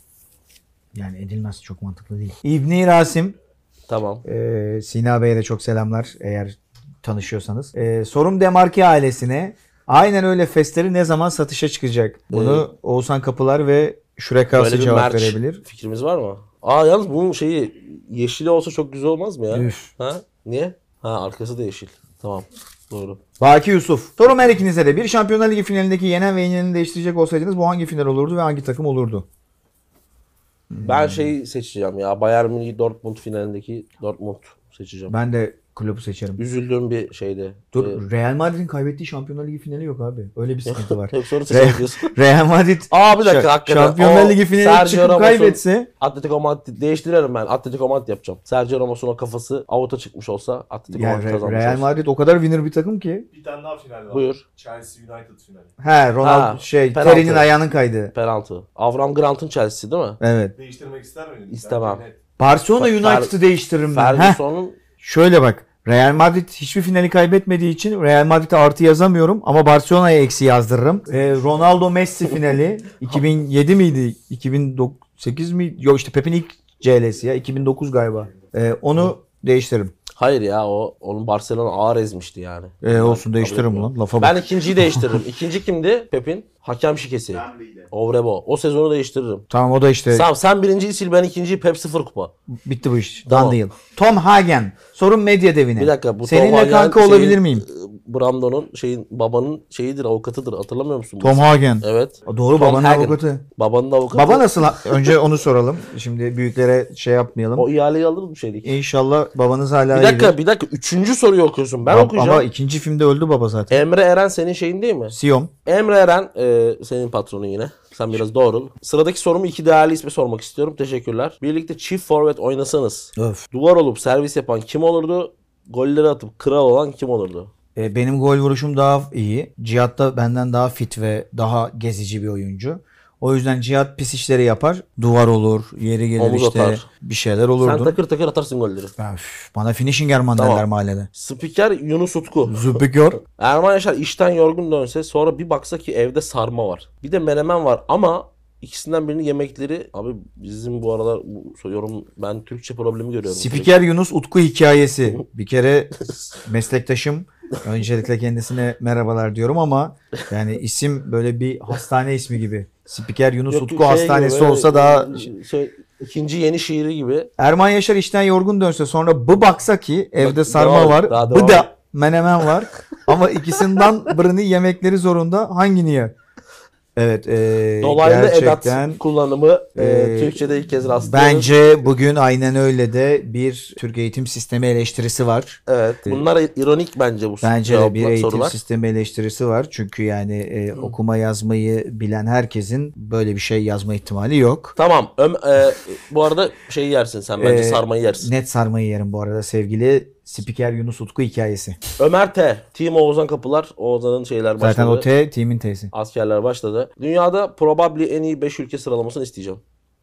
Yani edilmez, çok mantıklı değil. İbni Rasim, Tamam. Ee, Sina Bey'e de çok selamlar eğer tanışıyorsanız. Ee, sorum Demarki ailesine. Aynen öyle festleri ne zaman satışa çıkacak? Bunu Oğuzhan Kapılar ve Şurek Böyle Arsı bir cevap merch verebilir. fikrimiz var mı? Aa yalnız bunun şeyi yeşili olsa çok güzel olmaz mı ya? Üf. Ha? Niye? Ha arkası da yeşil. Tamam. Doğru. Baki Yusuf. Sorum her ikinize de. Bir Şampiyonlar Ligi finalindeki yenen ve yenileni değiştirecek olsaydınız bu hangi final olurdu ve hangi takım olurdu? Ben şeyi seçeceğim ya. Bayern Münih Dortmund finalindeki Dortmund seçeceğim. Ben de kulübü seçerim. Üzüldüğüm bir şeydi. Dur, Ee, Real Madrid'in kaybettiği Şampiyonlar Ligi finali yok abi. Öyle bir sıkıntı var. Hep soru Real, seçiyorsun. Real Madrid Aa bir dakika Şa- hakikaten. Şampiyonlar O Ligi finali Sergio çıkıp Ramos'un- kaybetse Atletico Madrid değiştiririm ben. Atletico Madrid yapacağım. Sergio Ramos'un o kafası avuta çıkmış olsa Atletico yani Madrid Re- kazanmış Real olsa. Madrid o kadar winner bir takım ki. Bir tane daha final var. Buyur. Chelsea United finali. He, Ronaldo Ha, şey penaltı. Terry'nin ayağının kaydı. Penaltı. Avram Grant'ın Chelsea'si değil mi? Evet. Değiştirmek ister miydin? İstemem. Bence net. Barcelona Fer- United'ı değiştiririm ben. Heh, Ferguson'un şöyle bak. Real Madrid hiçbir finali kaybetmediği için Real Madrid'e artı yazamıyorum ama Barcelona'ya eksi yazdırırım. Ee, Ronaldo Messi finali iki bin yedi miydi? iki bin sekiz mi? Yok işte Pep'in ilk C L'si ya. iki bin dokuz galiba. Ee, onu değiştiririm. hayır ya o onun Barcelona ağır ezmişti yani. Ee, Ben olsun kabul değiştiririm etmiyorum. lan. Lafa bak. Ben ikinciyi değiştiririm. İkinci kimdi? Pep'in hakem şikesi. Ovrebo. O sezonu değiştiririm. Tamam, o da işte Sen, sen birinciyi sil ben ikinciyi Pep sıfır kupa. bitti bu iş. Tamam. Done deal. Tom Hagen. Sorun medya devine. Bir dakika bu Seninle Tom Hagen kanka şeyin, olabilir miyim? e, Brando'nun şeyin babanın şeyidir avukatıdır hatırlamıyor musun? Tom Hagen. Evet. Doğru, Tom babanın Hagen. avukatı. Babanın da avukatı. Baba nasıl? Önce onu soralım. Şimdi büyüklere şey yapmayalım. O ihaleyi alır mı şeydik? İnşallah babanız hala Bir dakika iyidir. bir dakika. Üçüncü soruyu okuyorsun. Ben Bab- okuyacağım. Ama ikinci filmde öldü baba zaten. Emre Eren senin şeyin değil mi? Siyom. Emre Eren e, senin patronun yine. Sen biraz doğrul. Sıradaki sorumu iki değerli isme sormak istiyorum. Teşekkürler. Birlikte çift forvet oynasanız Öf. duvar olup servis yapan kim olurdu? Golleri atıp kral olan kim olurdu? E, benim gol vuruşum daha iyi. Cihat da benden daha fit ve daha gezici bir oyuncu. O yüzden Cihat pis işleri yapar. Duvar olur, yeri gelir Omuz işte atar. bir şeyler olurdu. Sen takır takır atarsın golleri. Ya, üf, bana finishing Erman Tamam. derler mahallede. Spiker Yunus Utku. Zübükör. Erman Yaşar işten yorgun dönse sonra bir baksa ki evde sarma var. Bir de menemen var ama ikisinden birinin yemekleri abi bizim bu aralar bu yorum ben Türkçe problemi görüyorum. Spiker Yunus Utku hikayesi. Bir kere meslektaşım. Öncelikle kendisine merhabalar diyorum ama yani isim böyle bir hastane ismi gibi. Spiker Yunus Yok, Utku şey hastanesi gibi, olsa daha... şey, ikinci yeni şiiri gibi. Erman Yaşar işten yorgun dönse sonra bu baksa ki evde Bak, sarma devam et, var. daha Bu devam da et. menemen var. Ama ikisinden birini yemekleri zorunda. Hangini yer? Evet. E, Dolaylı gerçekten, edat kullanımı e, e, Türkçe'de ilk kez rastlıyoruz. bence bugün aynen öyle de bir Türk eğitim sistemi eleştirisi var. Evet. Bunlar ironik bence bu Bence de cevaplar, bir eğitim sorular. sistemi eleştirisi var. Çünkü yani e, okuma yazmayı bilen herkesin böyle bir şey yazma ihtimali yok. Tamam. Öm, e, bu arada şeyi yersin sen bence E, sarmayı yersin. Net sarmayı yerim bu arada sevgili Spiker Yunus Utku hikayesi. Ömer T. Team Oğuzhan Kapılar. Oğuzhan'ın şeyler başladı. Zaten o T team'in T'si. Askerler başladı. Dünyada probably en iyi beş ülke sıralamasını isteyeceğim.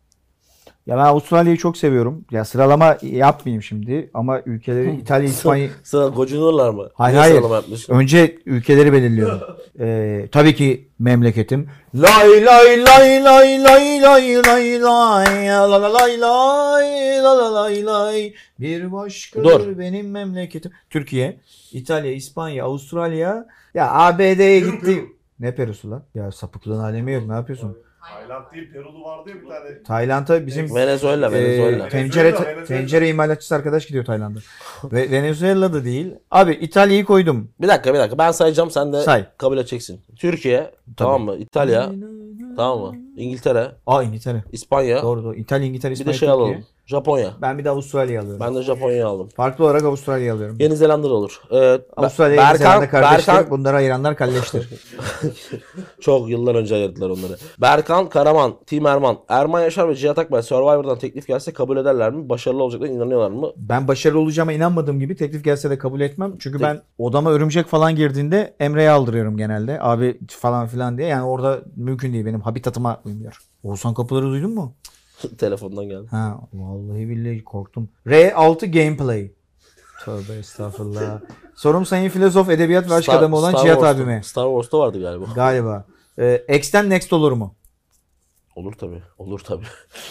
Ya ben Avustralya'yı çok seviyorum. Ya sıralama yapmayayım şimdi ama ülkeleri İtalya, İspanya... Sıra gocunurlar mı? Hayır Niye hayır. sıralama yapmış? Önce ülkeleri belirliyorum. Ee, tabii ki memleketim. Lay lay lay lay lay lay lay lay la la lay lay la la lay lay. Bir başkadır Dur. benim memleketim. Türkiye, İtalya, İspanya, Avustralya. Ya A B D'ye gitti. Ne Perusu lan? Ya sapıklığın alemi yok. Ne yapıyorsun? Tayland değil Perulu vardı ya bir tane. Tayland'a bizim Venezuela, e, Venezuela. tencere Venezuela. tencere imalatçısı arkadaş gidiyor Tayland'a. Ve Venezuela'da değil. Abi İtalya'yı koydum. Bir dakika bir dakika ben sayacağım sen de Say. kabul edeceksin. Türkiye, tamam mı? İtalya, tamam mı? İngiltere, Aa İngiltere. İspanya, Doğru doğru. İtalya, İngiltere, bir İspanya, de şey Türkiye. alalım. Japonya. Ben bir de Avustralya'yı alıyorum. Ben de Japonya'yı aldım. Farklı olarak Avustralya'yı alıyorum. Yeni Zelanda da olur. Evet, Avustralya, Yeni Zelanda Berkan, kardeştir. Berkan, Bunları ayıranlar kalleştir. çok yıllar önce ayırdılar onları. Berkan, Karaman, Team Erman, Erman Yaşar ve Cihat Akbay Survivor'dan teklif gelse kabul ederler mi? Başarılı olacaklarına inanıyorlar mı? Ben başarılı olacağıma inanmadığım gibi teklif gelse de kabul etmem. Çünkü ben odama örümcek falan girdiğinde Emre'ye aldırıyorum genelde. Abi falan filan diye. Yani orada mümkün değil. Benim habitatıma uymuyor. Oğuzhan Kapıları duydun mu? Telefondan geldi. Ha vallahi billahi korktum. R altı Gameplay. Tövbe estağfurullah. Sorum sayın filozof, edebiyat ve aşk Star- adamı olan Star Cihat Wars'ta- abime. Star Wars'ta vardı galiba. Galiba. Ee, X'ten next olur mu? Olur tabii. Olur tabii.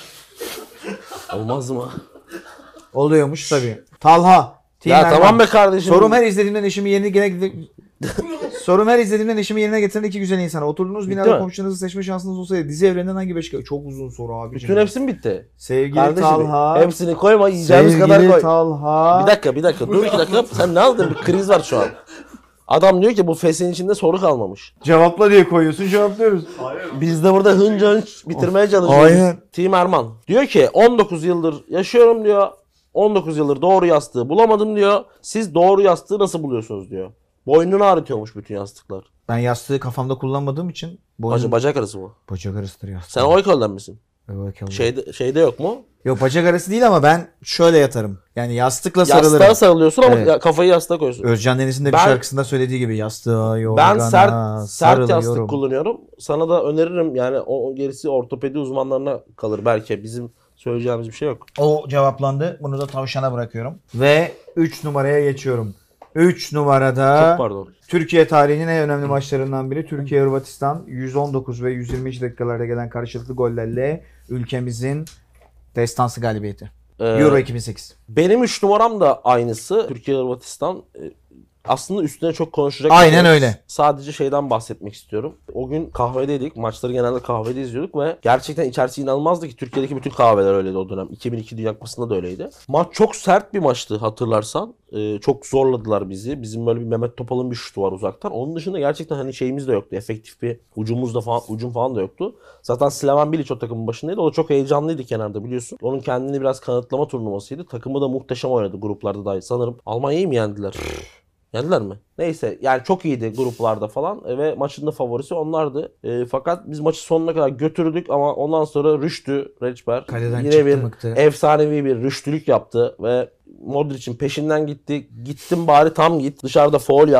Olmaz mı? Oluyormuş tabii. Talha. Team Ya Erman. tamam be kardeşim. Sorum her izlediğimden eşimi yerine gene Sorum her izlediğimden eşimi yerine getiren iki güzel insana. Oturduğunuz Bitti binada mi? komşunuzu seçme şansınız olsaydı dizi evreninden hangi beş... Çok uzun soru abiciğim. Bütün hepsi mi bitti? Sevgili Kardeşim Talha. hepsini koyma yiyeceğimiz Sevgili kadar koy. Talha. Bir dakika bir dakika dur iki dakika. Sen ne aldın? Bir kriz var şu an. Adam diyor ki bu fesin içinde soru kalmamış. Cevapla diye koyuyorsun, cevaplıyoruz. Hayır. Biz de burada hınca hınç bitirmeye çalışıyoruz. Aynen. Team Erman diyor ki on dokuz yıldır yaşıyorum diyor. on dokuz yıldır doğru yastığı bulamadım diyor. Siz doğru yastığı nasıl buluyorsunuz diyor. Boynunu ağrıtıyormuş bütün yastıklar. Ben yastığı kafamda kullanmadığım için boynum... Bacak, bacak arası mı? Bacak arasıdır yastık. Sen o ekolden misin? Evet, evet. Şeyde, şeyde yok mu? Yok bacak arası değil ama ben şöyle yatarım. Yani yastıkla sarılırım. Yastığa sarılıyorsun ama Evet. ya- kafayı yastığa koyuyorsun. Özcan Deniz'in de bir Ben- şarkısında söylediği gibi yastığa yorgana Ben sert sert sarılıyorum. yastık kullanıyorum. Sana da öneririm yani o o gerisi ortopedi uzmanlarına kalır belki. Bizim söyleyeceğimiz bir şey yok. O cevaplandı. Bunu da tavşana bırakıyorum. Ve üç numaraya geçiyorum. üç numarada Çok pardon. Türkiye tarihinin en önemli maçlarından biri. Türkiye-Hırvatistan yüz on dokuz ve yüz yirmi iki dakikalarda gelen karşılıklı gollerle ülkemizin destansı galibiyeti. Ee, Euro iki bin sekiz. Benim üç numaram da aynısı. Türkiye-Hırvatistan. Ee, Aslında üstüne çok konuşacak. Aynen bir şey yok. öyle. Sadece şeyden bahsetmek istiyorum. O gün kahvedeydik. Maçları genelde kahvede izliyorduk ve gerçekten içerisi inanılmazdı ki Türkiye'deki bütün kahveler öyleydi o dönem. iki bin iki Dünya Kupası'nda da öyleydi. Maç çok sert bir maçtı hatırlarsan. Ee, çok zorladılar bizi. Bizim böyle bir Mehmet Topal'ın bir şutu var uzaktan. Onun dışında gerçekten hani şeyimiz de yoktu. Efektif bir ucumuz da falan, ucum falan da yoktu. Zaten Slaven Bilic o takımın başındaydı. O da çok heyecanlıydı kenarda biliyorsun. Onun kendini biraz kanıtlama turnuvasıydı. Takımı da muhteşem oynadı gruplarda dahi. Sanırım Almanya'yı mı yendiler? Yendiler mi? Neyse yani çok iyiydi gruplarda falan e, ve maçın da favorisi onlardı. E, fakat biz maçı sonuna kadar götürdük ama ondan sonra Rüştü Reçber Kaleden yine çıktı bir mıktı. efsanevi bir rüştülük yaptı ve Modric'in peşinden gitti. Gittim bari tam git. Dışarıda faul yap.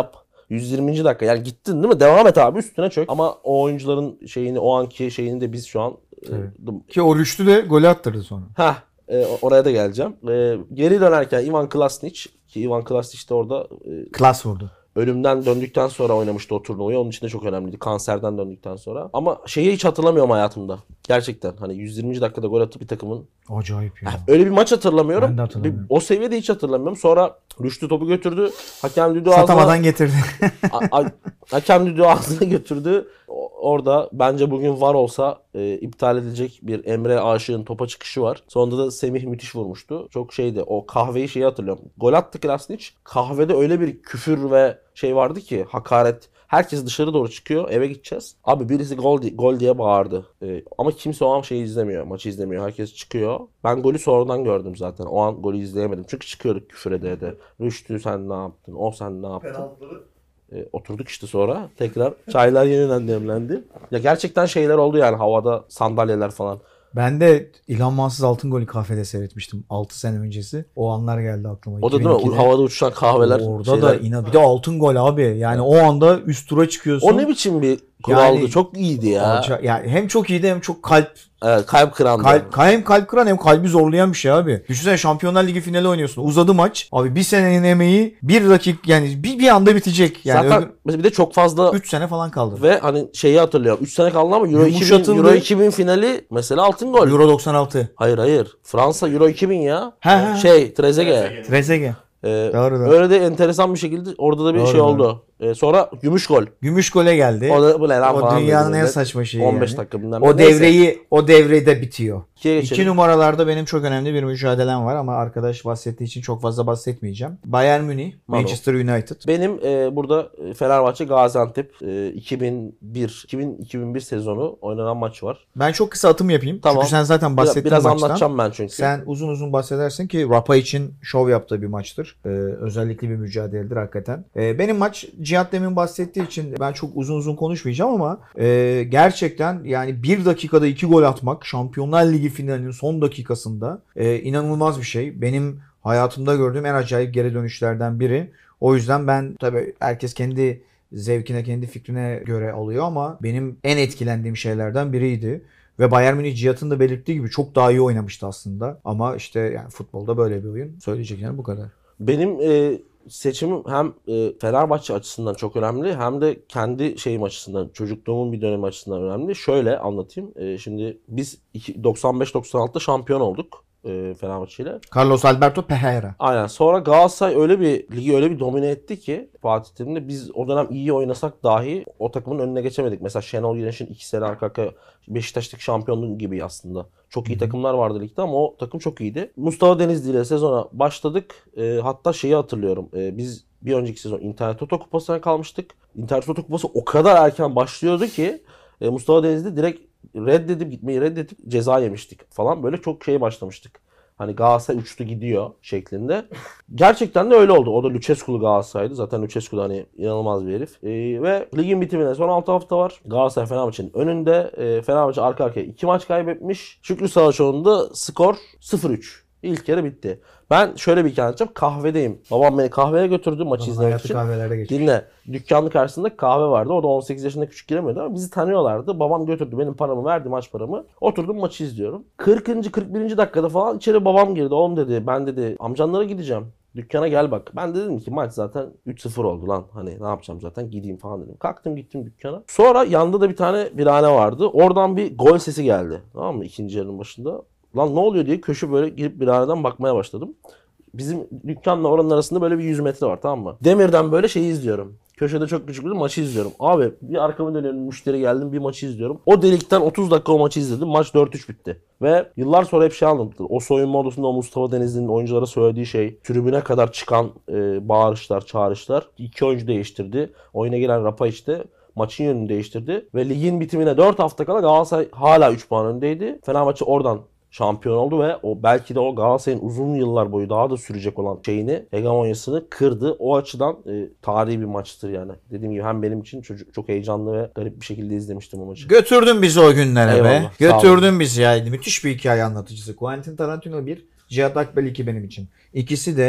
yüz yirminci dakika. Yani gittin değil mi? Devam et abi, üstüne çök. Ama o oyuncuların şeyini, o anki şeyini de biz şu an e, Ki o Rüştü de golü attırdı sonra. Heh, e, oraya da geleceğim. E, geri dönerken Ivan Klasnic, ki Ivan Klasnic de orada e, Klas vurdu. ölümden döndükten sonra oynamıştı o turnuvayı. Onun için de çok önemliydi. Kanserden döndükten sonra. Ama şeyi hiç hatırlamıyorum hayatımda. Gerçekten hani yüz yirminci dakikada gol atıp bir takımın. Acayip ya. Öyle bir maç hatırlamıyorum. Ben de hatırlamıyorum. Bir- o seviyede hiç hatırlamıyorum. Sonra Rüştü topu götürdü. Hakem düdüğü ağzına, Satamadan getirdi. a- a- hakem düdüğü ağzına götürdü. O- Orada bence bugün var olsa e, iptal edilecek bir Emre Aşık'ın topa çıkışı var. Sonunda da Semih müthiş vurmuştu. Çok şeydi. O kahveyi şeyi hatırlıyorum. Gol attı Klasnic. Kahvede öyle bir küfür ve şey vardı ki, hakaret. Herkes dışarı doğru çıkıyor. Eve gideceğiz. Abi birisi gol, di- gol diye bağırdı. Ee, ama kimse o an şeyi izlemiyor. Maçı izlemiyor. Herkes çıkıyor. Ben golü sonradan gördüm zaten. O an golü izleyemedim. Çünkü çıkıyorduk küfür ede ede. Rüştü sen ne yaptın? O sen ne yaptın? Penaltıları Ee, oturduk işte sonra. Tekrar çaylar yeniden demlendi. Ya gerçekten şeyler oldu yani, havada sandalyeler falan. Ben de İlhan Mansız altın golü kafede seyretmiştim altı sene öncesi. O anlar geldi aklıma. O da değil mi? iki bin ikide. Havada uçuşan kahveler. Orada şeyler. da inan bir de altın gol abi. Yani o anda üst tura çıkıyorsun. O ne biçim bir kuraldı? Yani- Çok iyiydi ya. Alça- yani hem çok iyiydi hem çok kalp Evet, kalp kırandı. kalp hem kalp kıran hem kalbi zorlayan bir şey abi. Düşünsene Şampiyonlar Ligi finali oynuyorsun. Uzadı maç. Abi bir senenin emeği bir dakika yani bir, bir anda bitecek. Yani Zaten mesela bir de çok fazla üç sene falan kaldı. ve hani şeyi hatırlıyorum. üç sene kaldı ama Euro iki bin, Yumuşatıldı. Euro iki bin finali mesela altın gol. Euro doksan altı. Hayır hayır. Fransa Euro iki bin ya. He, he. Şey Trezeguet. Trezeguet. Ee, Doğru, doğru. öyle de enteresan bir şekilde orada da bir Doğru, şey doğru. oldu. Ee, sonra gümüş gol. Gümüş gole geldi. O da bu ne lan O falan dünyanın dedi en millet. saçma şeyi on beş yani. dakika bilmem ne. O Neyse, devreyi o devrede bitiyor. ikiye geçelim. İki numaralarda benim çok önemli bir mücadelem var ama arkadaş bahsettiği için çok fazla bahsetmeyeceğim. Bayern Münih, Mano. Manchester United. Benim e, burada e, Fenerbahçe Gaziantep e, iki bin bir iki bin iki bin bir sezonu oynanan maç var. Ben çok kısa atım yapayım. Tamam. Çünkü sen zaten Biraz, bahsettin biraz maçtan. anlatacağım ben çünkü. Sen uzun uzun bahsedersin ki Rapa için şov yaptığı bir maçtır. Ee, özellikle bir mücadeledir hakikaten. Ee, benim maç Cihat demin bahsettiği için ben çok uzun uzun konuşmayacağım ama e, gerçekten yani bir dakikada iki gol atmak Şampiyonlar Ligi finalinin son dakikasında e, inanılmaz bir şey. Benim hayatımda gördüğüm en acayip geri dönüşlerden biri. O yüzden ben tabii herkes kendi zevkine, kendi fikrine göre alıyor ama benim en etkilendiğim şeylerden biriydi. Ve Bayern Münih Cihat'ın da belirttiği gibi çok daha iyi oynamıştı aslında. Ama işte yani futbolda böyle bir oyun. Söyleyeceklerim bu kadar. Benim e, seçimim hem e, Fenerbahçe açısından çok önemli hem de kendi şeyim açısından, çocukluğumun bir dönemi açısından önemli. Şöyle anlatayım. E, şimdi biz iki- doksan beş doksan altıda şampiyon olduk e, Fenerbahçe ile. Carlos Alberto Pereira. Aynen. Sonra Galatasaray öyle bir ligi öyle bir domine etti ki Fatih Terim'de biz o dönem iyi oynasak dahi o takımın önüne geçemedik. Mesela Şenol Güneş'in iki sene arka arkaya Beşiktaş'taki şampiyonluğu gibi aslında. Çok iyi takımlar vardı ligde ama o takım çok iyiydi. Mustafa Denizli ile sezona başladık. E, hatta şeyi hatırlıyorum. E, biz bir önceki sezon Internet Toto Kupası'na kalmıştık. Internet Toto Kupası o kadar erken başlıyordu ki e, Mustafa Denizli direkt reddedip gitmeyi reddedip ceza yemiştik falan. Böyle çok şey başlamıştık. Hani Galatasaray uçtu gidiyor şeklinde. Gerçekten de öyle oldu. O da Lucescu'lu Galatasaray'dı. Zaten Lucescu da hani inanılmaz bir herif. Ee, ve ligin bitimine son altı hafta var. Galatasaray Fenerbahçe'nin önünde. Ee, Fenerbahçe arka arkaya iki maç kaybetmiş. Şükrü Saraçoğlu'nda skor sıfır üç. İlk yarı bitti. Ben şöyle bir hikaye anlatacağım. Kahvedeyim. Babam beni kahveye götürdü maçı izlemek Hayatı için. kahvelerde geçmiş. Dinle. Dükkanın karşısında kahve vardı. Orada on sekiz yaşında küçük giremiyordu ama bizi tanıyorlardı. Babam götürdü benim paramı verdi, maç paramı. Oturdum maçı izliyorum. kırkıncı kırk birinci dakikada falan içeri babam girdi. Oğlum dedi, ben dedi amcanlara gideceğim. Dükkana gel bak. Ben de dedim ki maç zaten üç sıfır oldu lan. Hani ne yapacağım zaten, gideyim falan dedim. Kalktım gittim dükkana. Sonra yanında da bir tane birahane vardı. Oradan bir gol sesi geldi. Tamam mı? İkinci yarının başında. Lan ne oluyor diye köşe böyle girip birhaneden bakmaya başladım. Bizim dükkanla oranın arasında böyle bir yüz metre var, tamam mı? Demirden böyle şeyi izliyorum. Köşede çok küçük bir maçı izliyorum. Abi bir arkamı dönüyorum, müşteri geldim, bir maçı izliyorum. O delikten otuz dakika o maçı izledim. Maç dört üç bitti. Ve yıllar sonra hep şey anlatılır. O soyunma odasında o Mustafa Denizli'nin oyunculara söylediği şey, tribüne kadar çıkan e, bağırışlar, çağrışlar. İki oyuncu değiştirdi. Oyuna giren Rapa işte maçın yönünü değiştirdi. Ve ligin bitimine dört hafta kala Galatasaray hala üç puan öndeydi. Fenerbahçe oradan şampiyon oldu ve o belki de o Galatasaray'ın uzun yıllar boyu daha da sürecek olan şeyini, hegemonyasını kırdı. O açıdan e, tarihi bir maçtır yani. Dediğim gibi hem benim için çocuk, çok heyecanlı ve garip bir şekilde izlemiştim o maçı. Götürdün bizi o günlere Eyvallah, be. sağ olun. Götürdün bizi yani. Müthiş bir hikaye anlatıcısı. Quentin Tarantino bir, Cihat Akbel iki benim için. İkisi de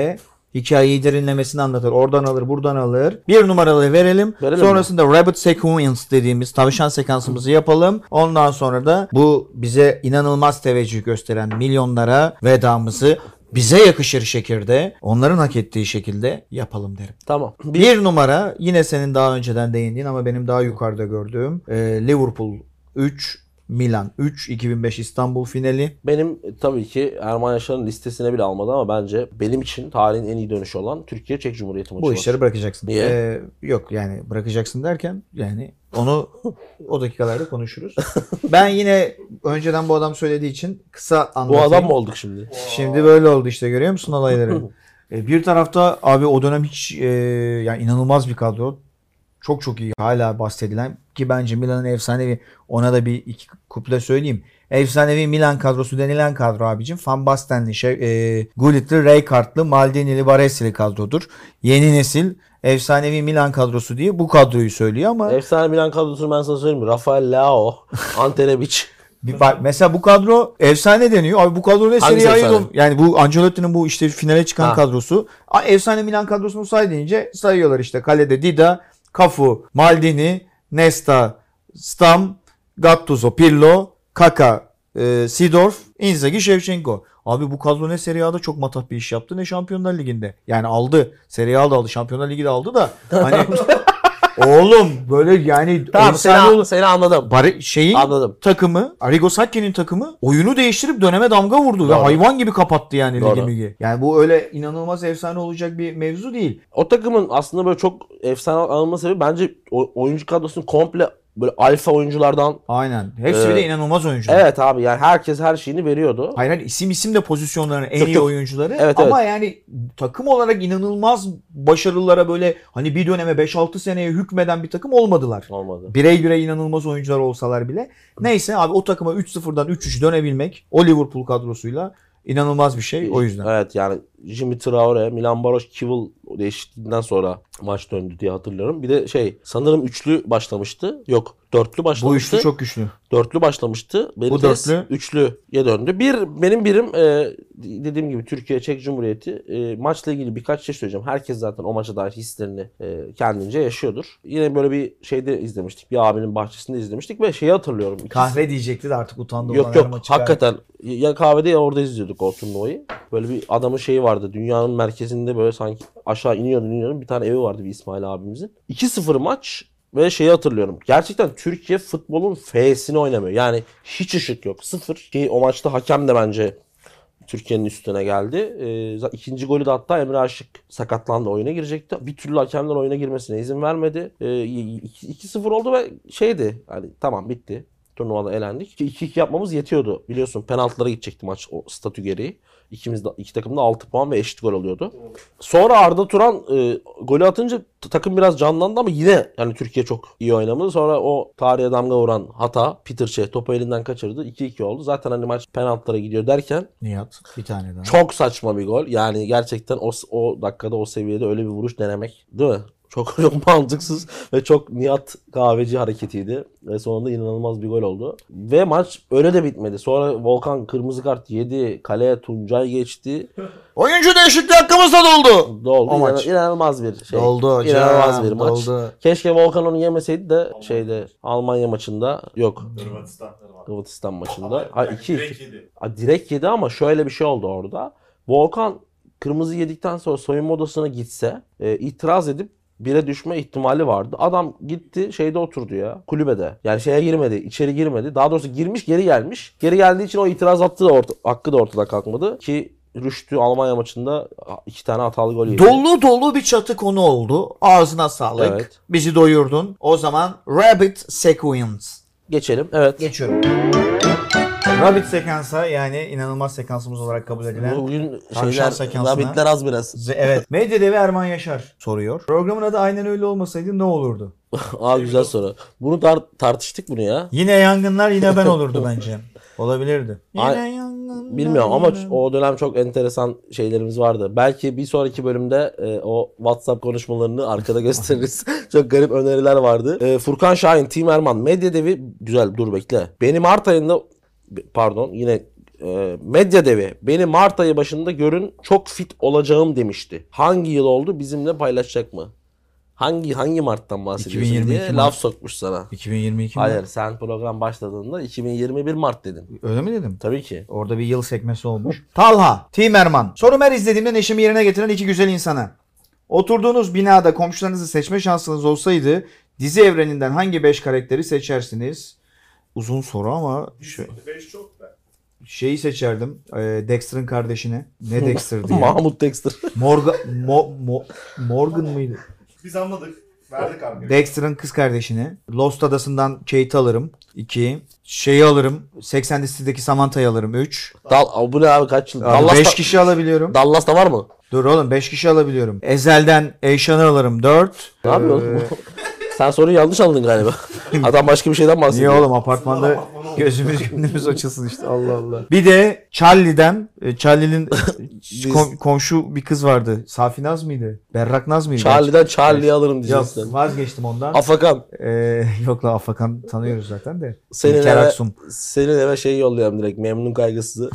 Hikayeyi derinlemesini anlatır. Oradan alır, buradan alır. Bir numaralı verelim. Verelim Sonrasında mi? Rabbit Sequence dediğimiz tavşan sekansımızı yapalım. Ondan sonra da bu bize inanılmaz teveccüh gösteren milyonlara vedamızı bize yakışır şekilde, onların hak ettiği şekilde yapalım derim. Tamam. Bir, Bir numara yine senin daha önceden değindiğin ama benim daha yukarıda gördüğüm e, Liverpool üç, Milan üç, iki bin beş İstanbul finali. benim e, tabii ki Erman Yaşar'ın listesine bile almadı ama bence benim için tarihin en iyi dönüşü olan Türkiye Çek Cumhuriyeti maçı Bu var. işleri bırakacaksın. Niye? Ee, yok yani bırakacaksın derken yani onu o dakikalarda konuşuruz. Ben yine önceden bu adam söylediği için kısa Bu anlatayım. adam mı olduk şimdi? Şimdi böyle oldu işte, görüyor musun olayları? Ee, bir tarafta abi o dönem hiç e, yani inanılmaz bir kadro. Çok çok iyi hala bahsedilen ki bence Milan'ın efsanevi, ona da bir iki kuple söyleyeyim. Efsanevi Milan kadrosu denilen kadro abicim. Van Basten'li, şey, e, Gullit'li, Rijkaard'lı, Maldini'li, Baresi'li kadrodur. Yeni nesil efsanevi Milan kadrosu diye bu kadroyu söylüyor ama Efsane Milan kadrosunu ben sana söyleyeyim mi? Rafael Leao, Ante Rebic. bir bak mesela bu kadro efsane deniyor. Abi bu kadro ne Hangisi Serie A'yı efsane? dom- yani bu Ancelotti'nin bu işte finale çıkan Ha. kadrosu. A, efsane Milan kadrosunu say deyince sayıyorlar işte. Kalede Dida, Cafu, Maldini, Nesta, Stam, Gattuso, Pirlo, Kaka, e, Seedorf, Inzaghi, Shevchenko. Abi bu kadro ne Serie A'da çok matah bir iş yaptı ne Şampiyonlar Ligi'nde. Yani aldı. Serie A'da aldı. Şampiyonlar Ligi de aldı da hani oğlum böyle yani Tamam efsane seni, olur. seni anladım. Bari şeyin Anladım. takımı, Arrigo Sacchi'nin takımı oyunu değiştirip döneme damga vurdu ve Doğru. hayvan gibi kapattı yani Doğru. ligi migi. Yani bu öyle inanılmaz efsane olacak bir mevzu değil. O takımın aslında böyle çok efsane anılma sebebi bence o- oyuncu kadrosunun komple böyle alfa oyunculardan. Aynen. Hepsi bir Ee, de inanılmaz oyuncular. Evet abi yani herkes her şeyini veriyordu. Hayır, hayır, isim isim de pozisyonların en Yok, iyi yok. oyuncuları Evet, ama yani takım olarak inanılmaz başarılara böyle hani bir döneme beş altı seneye hükmeden bir takım olmadılar. Olmadı. Birey birey inanılmaz oyuncular olsalar bile. Neyse abi o takıma üç sıfırdan üç üç dönebilmek o Liverpool kadrosuyla inanılmaz bir şey o yüzden. Evet yani Jimmy Traore, Milan Baroş, Kivil değişikliğinden sonra maç döndü diye hatırlıyorum. Bir de şey sanırım üçlü başlamıştı. Yok dörtlü Bu başlamıştı. üçlü çok güçlü. Dörtlü başlamıştı. Benim Bu dörtlü. üçlüye döndü. Bir benim birim e, dediğim gibi Türkiye Çek Cumhuriyeti e, maçla ilgili birkaç şey söyleyeceğim. Herkes zaten o maça dair hislerini e, kendince yaşıyordur. Yine böyle bir şeyde izlemiştik. Bir abinin bahçesinde izlemiştik ve şeyi hatırlıyorum. İkisi- Kahve diyecekti de artık utandı. Yok ulan yok her maçı kahve. hakikaten ya kahvede ya orada izliyorduk o turnuvayı. Böyle bir adamın şeyi vardı. Dünyanın merkezinde böyle sanki aşağı iniyordu iniyordu. Bir tane evi vardı bir İsmail abimizin. iki sıfır maç ve şeyi hatırlıyorum. Gerçekten Türkiye futbolun F'sini oynamıyor. Yani hiç ışık yok. Sıfır. Ki o maçta hakem de bence Türkiye'nin üstüne geldi. Ee, ikinci golü de hatta Emre Aşık sakatlandı. Oyuna girecekti. Bir türlü hakemler oyuna girmesine izin vermedi. Ee, iki sıfır oldu ve şeydi. Hani tamam bitti. Turnuvada elendik. iki iki yapmamız yetiyordu. Biliyorsun penaltılara gidecekti maç o statü gereği. İkimiz de iki takım da altı puan ve eşit gol oluyordu. Sonra Arda Turan e, golü atınca t- takım biraz canlandı ama yine yani Türkiye çok iyi oynamadı. Sonra o tarihe damga vuran hata Peter Cech topu elinden kaçırdı. iki iki oldu. Zaten hani maç penaltılara gidiyor derken Nihat bir tane daha. çok saçma bir gol. Yani gerçekten o o dakikada o seviyede öyle bir vuruş denemek değil mi? Çok çok mantıksız ve çok Nihat Kahveci hareketiydi. Ve sonunda inanılmaz bir gol oldu. Ve maç öyle de bitmedi. Sonra Volkan kırmızı kart yedi. Kaleye Tuncay geçti. Oyuncu değişikliği hakkımızda doldu. Doldu. O İnan- maç. İnanılmaz bir şey. Doldu hocam. İnanılmaz bir maç. Doldu. Keşke Volkan onu yemeseydi de şeyde Almanya maçında yok. Hırvatistan. Hırvatistan maçında. Ha iki Direkt yedi. Ha, direkt yedi ama şöyle bir şey oldu orada. Volkan kırmızı yedikten sonra soyunma odasına gitse e, itiraz edip bire düşme ihtimali vardı. Adam gitti şeyde oturdu ya kulübede. Yani şeye girmedi, içeri girmedi. Daha doğrusu girmiş geri gelmiş. Geri geldiği için o itiraz hakkı da, orta, hakkı da ortada kalkmadı. Ki Rüştü Almanya maçında iki tane hatalı gol yedi. Dolu dolu bir çatı konu oldu. Ağzına sağlık. Evet. Bizi doyurdun. O zaman Rabbit Sequence. Geçelim. Evet. Geçiyorum. Rabbit sekansa yani inanılmaz sekansımız olarak kabul edilen. Bugün Tavşan şeyler, sekansına. rabbitler az biraz. Z- Evet. Medya devi Erman Yaşar soruyor. Programın adı aynen öyle olmasaydı ne olurdu? Aa güzel soru. Bunu tar- tartıştık bunu ya. Yine yangınlar yine ben olurdu bence. Olabilirdi. Yine Ay- yangınlar. Bilmiyorum ama yine- o dönem çok enteresan şeylerimiz vardı. Belki bir sonraki bölümde e, o WhatsApp konuşmalarını arkada gösteririz. Çok garip öneriler vardı. E, Furkan Şahin, Team Erman, medya devi güzel dur bekle. Beni Mart ayında pardon yine e, medya devi beni Mart ayı başında görün çok fit olacağım demişti. Hangi yıl oldu bizimle paylaşacak mı? Hangi hangi Mart'tan bahsediyorsun iki bin yirmi iki diye Mart. laf sokmuş sana. iki bin yirmi iki mi? Hayır sen program başladığında iki bin yirmi bir Mart dedin. Öyle mi dedim? Tabii ki. Orada bir yıl sekmesi olmuş. Talha, Timerman. Sorum her izlediğimde neşemi yerine getiren iki güzel insana. Oturduğunuz binada komşularınızı seçme şansınız olsaydı dizi evreninden hangi beş karakteri seçersiniz? Uzun soru ama şu, beş çok da. şeyi seçerdim. E, Dexter'ın kardeşini. Ne Dexter'dı ya? Mahmut Dexter. Morgan, Mo, Mo- Morgan mıydı? Biz anladık. Verdik abi. Dexter'ın kız kardeşini. Lost Adası'ndan Kate'i alırım. iki. Şeyi alırım. Sex and the City'deki Samantha'yı alırım. üç. Dal, bu ne abi kaç yıl? Dallas'ta, beş kişi alabiliyorum. Dallas'ta var mı? Dur oğlum beş kişi alabiliyorum. Ezel'den Eyşan'ı alırım. dört. Ne yapıyorsun? Sen soruyu yanlış anladın galiba. Adam başka bir şeyden Niye bahsediyor. oğlum apartmanda gözümüz gönlümüz açılsın işte Allah Allah. Bir de Charlie'den e, Charlie'nin kom- komşu bir kız vardı. Safinaz mıydı? Berrak Naz mıydı? Charlie'den Charlie'yi alırım Yok diyeceksin. vazgeçtim ondan. Afakan. Ee, yok la Afakan tanıyoruz zaten de. Senin İlker eve, Aksum. senin eve şey yollayalım direkt. Memnun kaygısızı.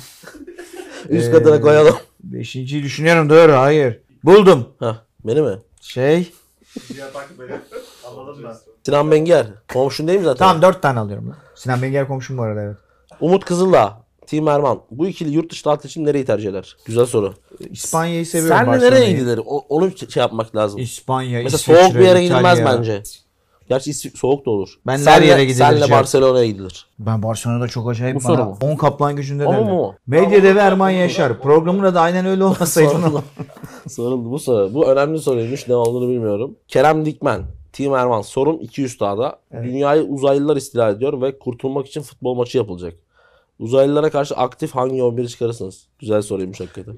Üst Ee, katına koyalım. Beşinciyi düşünüyorum doğru hayır. Buldum. Hah, beni mi? Şey. Diğer takip edelim. Anladın mı? Sinan Benger. Komşun değil mi zaten? Tamam dört tane alıyorum lan. Sinan Benger komşum bu arada evet. Umut Kızıldağ. Tim Erman. Bu ikili yurt dışı tatil için nereyi tercih eder? Güzel soru. İspanya'yı seviyorum. Senle Barcelona'yı. nereye gidilir? O- Onu şey yapmak lazım. İspanya, Mesela İsviçre, soğuk bir yere gidilmez İtalya. bence. Gerçi İsvi- soğuk da olur. Ben Senle- her yere gidilir Senle Cihat. Barcelona'ya gidilir. Ben Barcelona'da çok acayip Bu bana soru mu? on kaplan gücünde O mu derler. mu? Medya devi Erman Yaşar. Programın adı aynen öyle olmasaydı. Soruldu. Soruldu bu soru. Bu önemli soruymuş. Ne olduğunu bilmiyorum. Kerem Dikmen. Tim Erman. Sorum iki üstada. Dünyayı uzaylılar istila ediyor ve kurtulmak için futbol maçı yapılacak. Uzaylılara karşı aktif hangi on biri çıkarırsınız? Güzel soruymuş hakikaten.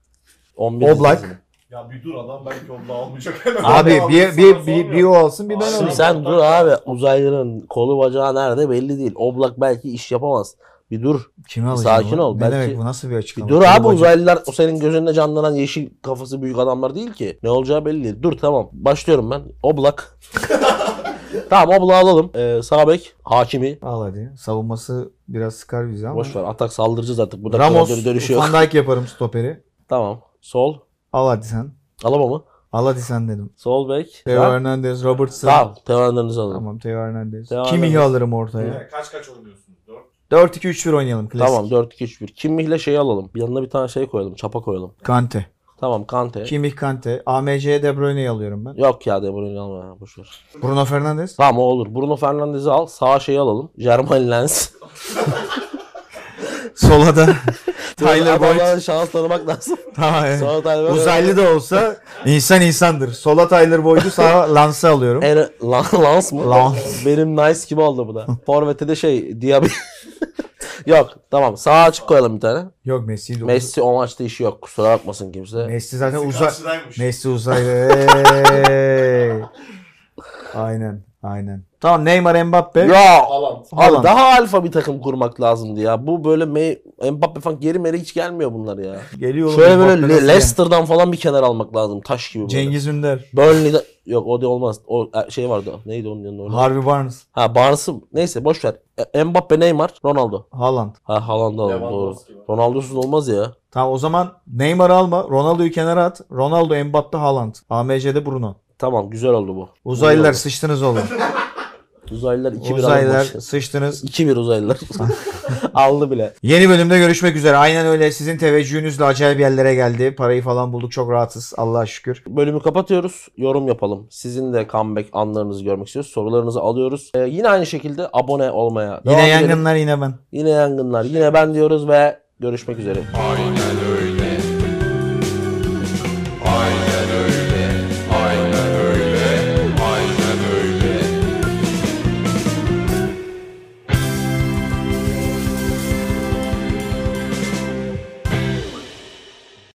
on bir Oblak. dizisi. Ya bir dur adam belki onu da almayacak. Hemen Abi onu bir, alsın, bir, sana bir, bir, sormuyor. o alsın bir ben Abi, alayım. Şimdi sen dur abi. Uzaylının kolu bacağı nerede belli değil. Oblak belki iş yapamaz. Bir dur. Kimi alacağım? sakin lan? ol, Ne belki- demek bu nasıl bir Bir açıklama? dur Kolu abi bacak- uzaylılar o senin gözünde canlanan yeşil kafası büyük adamlar değil ki. Ne olacağı belli değil. Dur tamam. Başlıyorum ben. Oblak. Tamam Oblak'ı alalım. Ee, sağ bek Hakimi. Al hadi. Savunması biraz sıkar bizi ama. Boş ver. Atak saldıracağız artık. Bu da Ramos, dönü- dönüşü yok. Van Dijk yaparım stoperi. Tamam. Sol. Al hadi sen. Alamam mı? Al hadi sen dedim. Sol bek. Theo Tamam. Hernandez, Robertson. Tamam. Teo Hernandez'i alalım. Tamam Theo Hernandez. Theo Kimih'i Hernandez. alırım ortaya. Evet, Kaç kaç oynuyorsunuz? dört. dört iki üç bir oynayalım. Klasik. Tamam dört iki üç bir. Kimmih'le şeyi alalım. Yanına bir tane şey koyalım. Çapa koyalım. Kante. Tamam Kante. Kimmih Kante. A M C'ye De Bruyne'yi alıyorum ben. Yok ya De Bruyne'i alma ya. Boş ver. Bruno Fernandes. Tamam o olur. Bruno Fernandes'i al. Sağa şeyi alalım. Germain Lens. Sola da Tyler Boyd. Adamlara şans tanımak lazım. Tamam, evet. Sonra Tyler Boyd. Uzaylı da olsa insan insandır. Sola Tyler Boyd'u sağa Lance'ı alıyorum. En, Lan- Lans mı? Lans. Benim nice gibi oldu bu da. Forvet'e de şey Diaby. Yok tamam sağa açık koyalım bir tane. Yok Messi. Messi o maçta işi yok. Kusura bakmasın kimse. Messi zaten Messi uzay. karşıdaymış. Messi uzaylı. Hey. Aynen. Aynen. Tamam Neymar Mbappe. Ya Haaland. abi Haaland. daha alfa bir takım kurmak lazımdı ya. Bu böyle Me- Mbappe falan geri meri hiç gelmiyor bunlar ya. Geliyor. Şöyle oğlum, böyle Mbappe nasıl Le- Leicester'dan falan bir kenar almak lazım. Taş gibi yani? böyle. Cengiz Ünder. Burnley'de yok o da olmaz. O e, şey vardı. Neydi onun yanında? öyle? Harvey Barnes. Ha Barnes'ı neyse boş ver. E, Mbappe, Neymar, Ronaldo. Haaland. Ha Haaland'ı alalım doğru. Lewandowski var. Ronaldo'suz olmaz ya. Tamam o zaman Neymar'ı alma. Ronaldo'yu kenara at. Ronaldo, Mbappe, Haaland. A M C'de Bruno. Tamam güzel oldu bu. Uzaylılar Güzel sıçtınız oğlum. oldu. Uzaylılar iki bir Uzaylılar aldı. sıçtınız. iki bir uzaylılar. Aldı bile. Yeni bölümde görüşmek üzere. Aynen öyle. Sizin teveccühünüzle acayip yerlere geldi. Parayı falan bulduk. Çok rahatız. Allah'a şükür. Bölümü kapatıyoruz. Yorum yapalım. Sizin de comeback anlarınızı görmek istiyoruz. Sorularınızı alıyoruz. Ee, yine aynı şekilde abone olmaya devam Yine edelim. yangınlar yine ben. Yine yangınlar. Yine ben diyoruz ve görüşmek üzere. Aynen